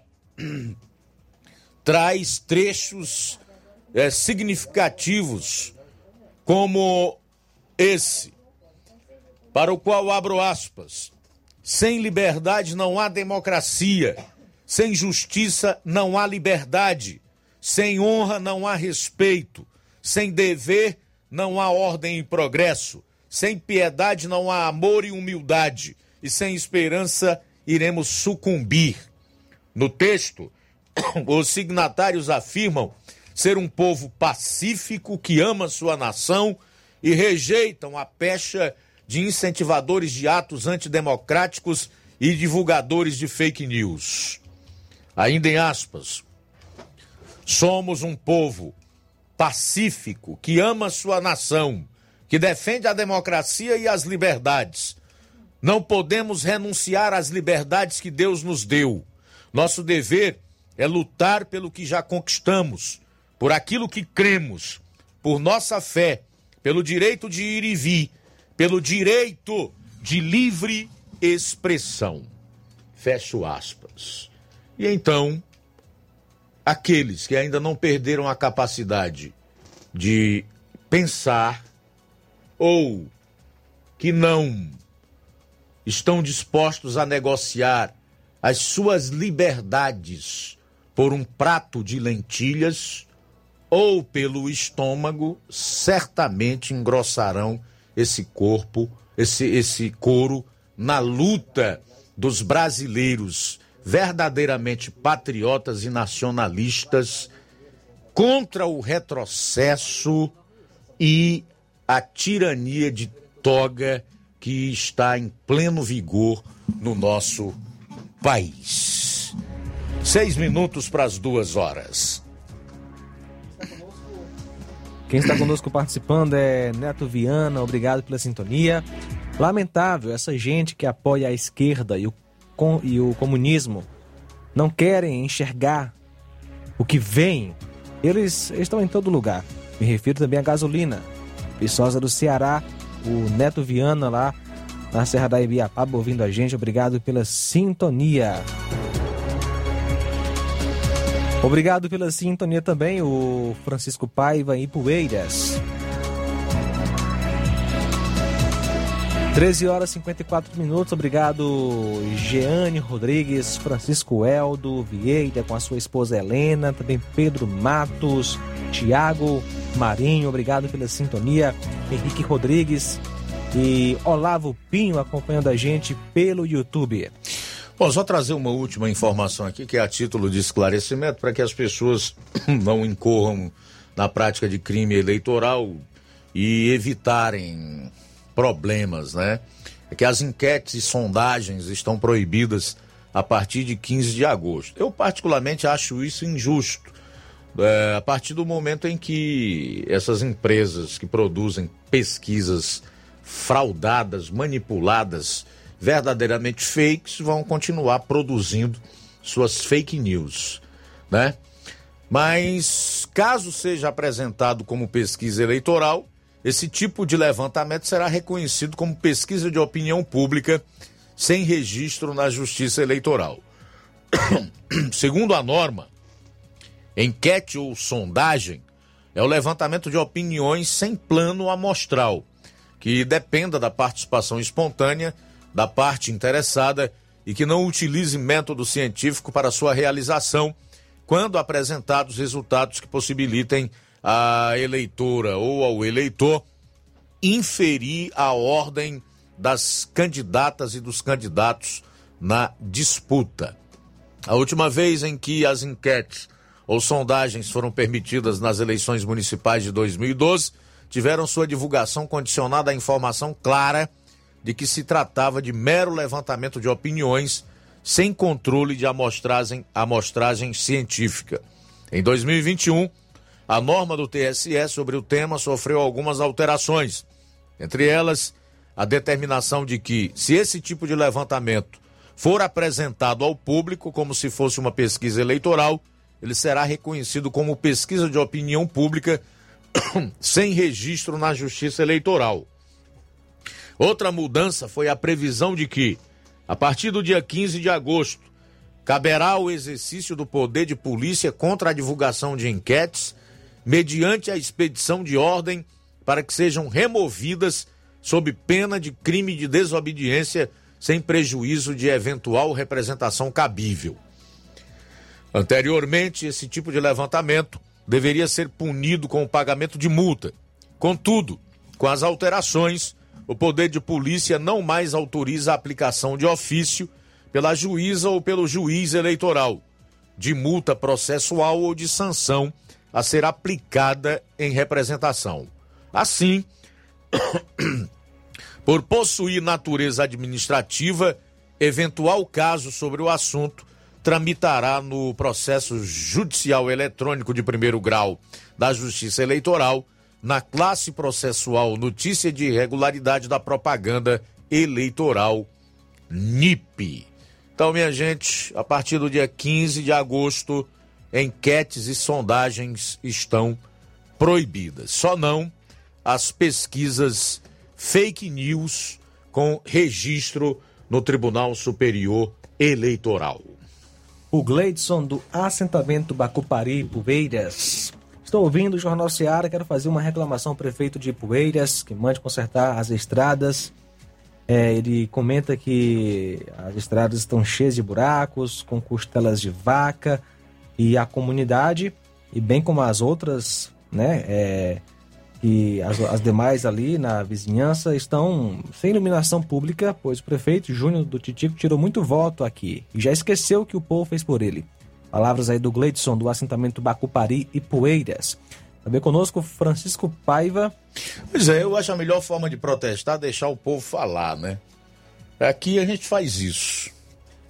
B: traz trechos é, significativos, como esse, para o qual abro aspas: sem liberdade não há democracia, sem justiça não há liberdade, sem honra não há respeito, sem dever não há ordem e progresso, sem piedade não há amor e humildade, e sem esperança iremos sucumbir. No texto, os signatários afirmam ser um povo pacífico que ama sua nação e rejeitam a pecha de incentivadores de atos antidemocráticos e divulgadores de fake news. Ainda em aspas, somos um povo pacífico que ama sua nação, que defende a democracia e as liberdades. Não podemos renunciar às liberdades que Deus nos deu. Nosso dever é lutar pelo que já conquistamos, por aquilo que cremos, por nossa fé, pelo direito de ir e vir, pelo direito de livre expressão. Fecho aspas. E então, aqueles que ainda não perderam a capacidade de pensar ou que não estão dispostos a negociar as suas liberdades por um prato de lentilhas ou pelo estômago, certamente engrossarão esse corpo, esse, esse couro na luta dos brasileiros verdadeiramente patriotas e nacionalistas contra o retrocesso e a tirania de toga que está em pleno vigor no nosso país. Seis minutos para as duas horas.
C: Quem está conosco participando é Neto Viana, obrigado pela sintonia. Lamentável, essa gente que apoia a esquerda e o, com, e o comunismo não querem enxergar o que vem. Eles estão em todo lugar. Me refiro também à gasolina. Viçosa do Ceará, o Neto Viana lá na Serra da Ibiapaba ouvindo a gente. Obrigado pela sintonia. Obrigado pela sintonia também, o Francisco Paiva em Poeiras. treze horas e cinquenta e quatro minutos. Obrigado, Jeane Rodrigues, Francisco Eldo Vieira com a sua esposa Helena, também Pedro Matos, Tiago Marinho, obrigado pela sintonia, Henrique Rodrigues e Olavo Pinho acompanhando a gente pelo YouTube.
B: Bom, só trazer uma última informação aqui, que é a título de esclarecimento, para que as pessoas não incorram na prática de crime eleitoral e evitarem problemas, né? É que as enquetes e sondagens estão proibidas a partir de quinze de agosto. Eu particularmente acho isso injusto. É, a partir do momento em que essas empresas que produzem pesquisas fraudadas, manipuladas, verdadeiramente fakes, vão continuar produzindo suas fake news, né? Mas caso seja apresentado como pesquisa eleitoral, esse tipo de levantamento será reconhecido como pesquisa de opinião pública sem registro na Justiça Eleitoral. Segundo a norma, enquete ou sondagem é o levantamento de opiniões sem plano amostral, que dependa da participação espontânea da parte interessada e que não utilize método científico para sua realização, quando apresentados resultados que possibilitem a eleitora ou ao eleitor inferir a ordem das candidatas e dos candidatos na disputa. A última vez em que as enquetes ou sondagens foram permitidas nas eleições municipais de dois mil e doze tiveram sua divulgação condicionada à informação clara de que se tratava de mero levantamento de opiniões sem controle de amostragem, amostragem científica. Em dois mil e vinte e um, a norma do T S E sobre o tema sofreu algumas alterações, entre elas a determinação de que, se esse tipo de levantamento for apresentado ao público como se fosse uma pesquisa eleitoral, ele será reconhecido como pesquisa de opinião pública sem registro na Justiça Eleitoral. Outra mudança foi a previsão de que, a partir do dia quinze de agosto, caberá o exercício do poder de polícia contra a divulgação de enquetes, mediante a expedição de ordem para que sejam removidas sob pena de crime de desobediência sem prejuízo de eventual representação cabível. Anteriormente, esse tipo de levantamento deveria ser punido com o pagamento de multa. Contudo, com as alterações, o poder de polícia não mais autoriza a aplicação de ofício pela juíza ou pelo juiz eleitoral, de multa processual ou de sanção a ser aplicada em representação. Assim, por possuir natureza administrativa, eventual caso sobre o assunto tramitará no processo judicial eletrônico de primeiro grau da Justiça Eleitoral, na classe processual Notícia de Irregularidade da Propaganda Eleitoral, N I P. Então, minha gente, a partir do dia quinze de agosto, enquetes e sondagens estão proibidas. Só não as pesquisas fake news com registro no Tribunal Superior Eleitoral.
C: O Gleidson do assentamento Bacupari, Poeiras. Estou ouvindo o Jornal Seara, quero fazer uma reclamação ao prefeito de Poeiras, que mande consertar as estradas. É, ele comenta que as estradas estão cheias de buracos, com costelas de vaca, e a comunidade, e bem como as outras, né, é, e as, as demais ali na vizinhança, estão sem iluminação pública, pois o prefeito Júnior do Titico tirou muito voto aqui e já esqueceu o que o povo fez por ele. Palavras aí do Gleidson, do assentamento Bacupari e Poeiras. Também conosco Francisco Paiva.
B: Pois é, eu acho a melhor forma de protestar deixar o povo falar, né? Aqui a gente faz isso.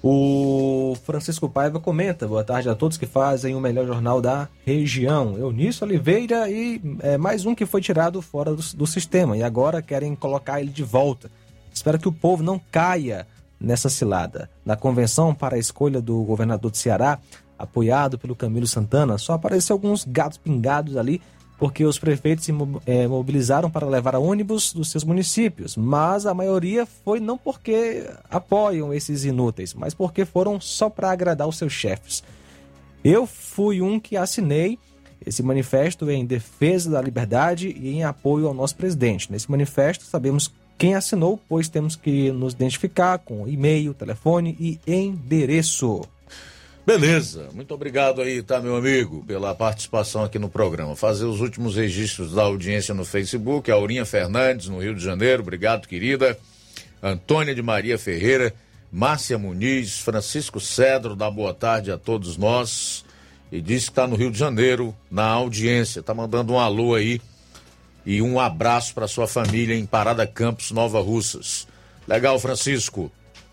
C: O Francisco Paiva comenta: boa tarde a todos que fazem o melhor jornal da região. Eunício Oliveira e é, mais um que foi tirado fora do, do sistema e agora querem colocar ele de volta. Espero que o povo não caia nessa cilada. Na convenção para a escolha do governador do Ceará, apoiado pelo Camilo Santana, só apareceu alguns gatos pingados ali, porque os prefeitos se mobilizaram para levar ônibus dos seus municípios, mas a maioria foi não porque apoiam esses inúteis, mas porque foram só para agradar os seus chefes. Eu fui um que assinei esse manifesto em defesa da liberdade e em apoio ao nosso presidente. Nesse manifesto sabemos quem assinou, pois temos que nos identificar com e-mail, telefone e endereço.
B: Beleza, muito obrigado aí, tá, meu amigo, pela participação aqui no programa. Fazer os últimos registros da audiência no Facebook, Aurinha Fernandes, no Rio de Janeiro, obrigado, querida. Antônia de Maria Ferreira, Márcia Muniz, Francisco Cedro, dá boa tarde a todos nós. E diz que está no Rio de Janeiro, na audiência, tá mandando um alô aí e um abraço para sua família em Parada Campos, Nova Russas. Legal, Francisco.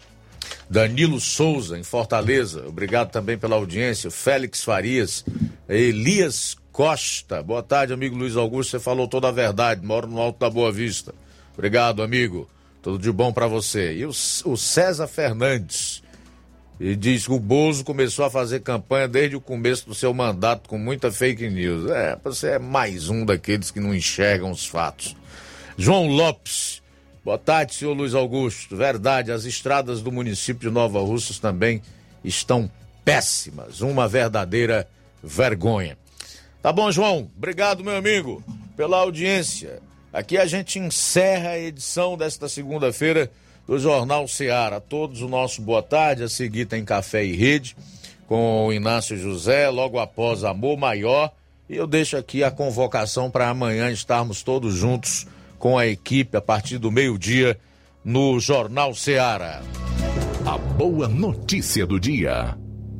B: Danilo Souza, em Fortaleza, obrigado também pela audiência. Félix Farias, Elias Costa, boa tarde, amigo Luiz Augusto, você falou toda a verdade, moro no Alto da Boa Vista. Obrigado, amigo, tudo de bom para você. E o, o César Fernandes, ele diz que o Bozo começou a fazer campanha desde o começo do seu mandato com muita fake news. É, você é mais um daqueles que não enxergam os fatos. João Lopes, boa tarde, senhor Luiz Augusto. Verdade, as estradas do município de Nova Russas também estão péssimas. Uma verdadeira vergonha. Tá bom, João? Obrigado, meu amigo, pela audiência. Aqui a gente encerra a edição desta segunda-feira do Jornal Ceará. A todos o nosso boa tarde. A seguir tem Café e Rede com o Inácio José, logo após Amor Maior. E eu deixo aqui a convocação para amanhã estarmos todos juntos com a equipe a partir do meio-dia no Jornal Ceará.
A: A boa notícia do dia.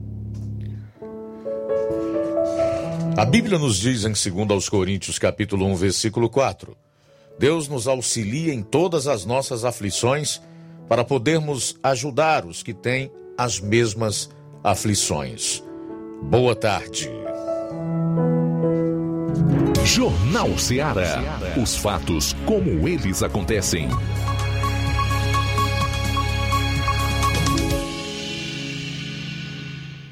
A: A Bíblia nos diz em segundo aos Coríntios, capítulo um, versículo quatro: Deus nos auxilia em todas as nossas aflições para podermos ajudar os que têm as mesmas aflições. Boa tarde. Jornal Ceará. Os fatos como eles acontecem.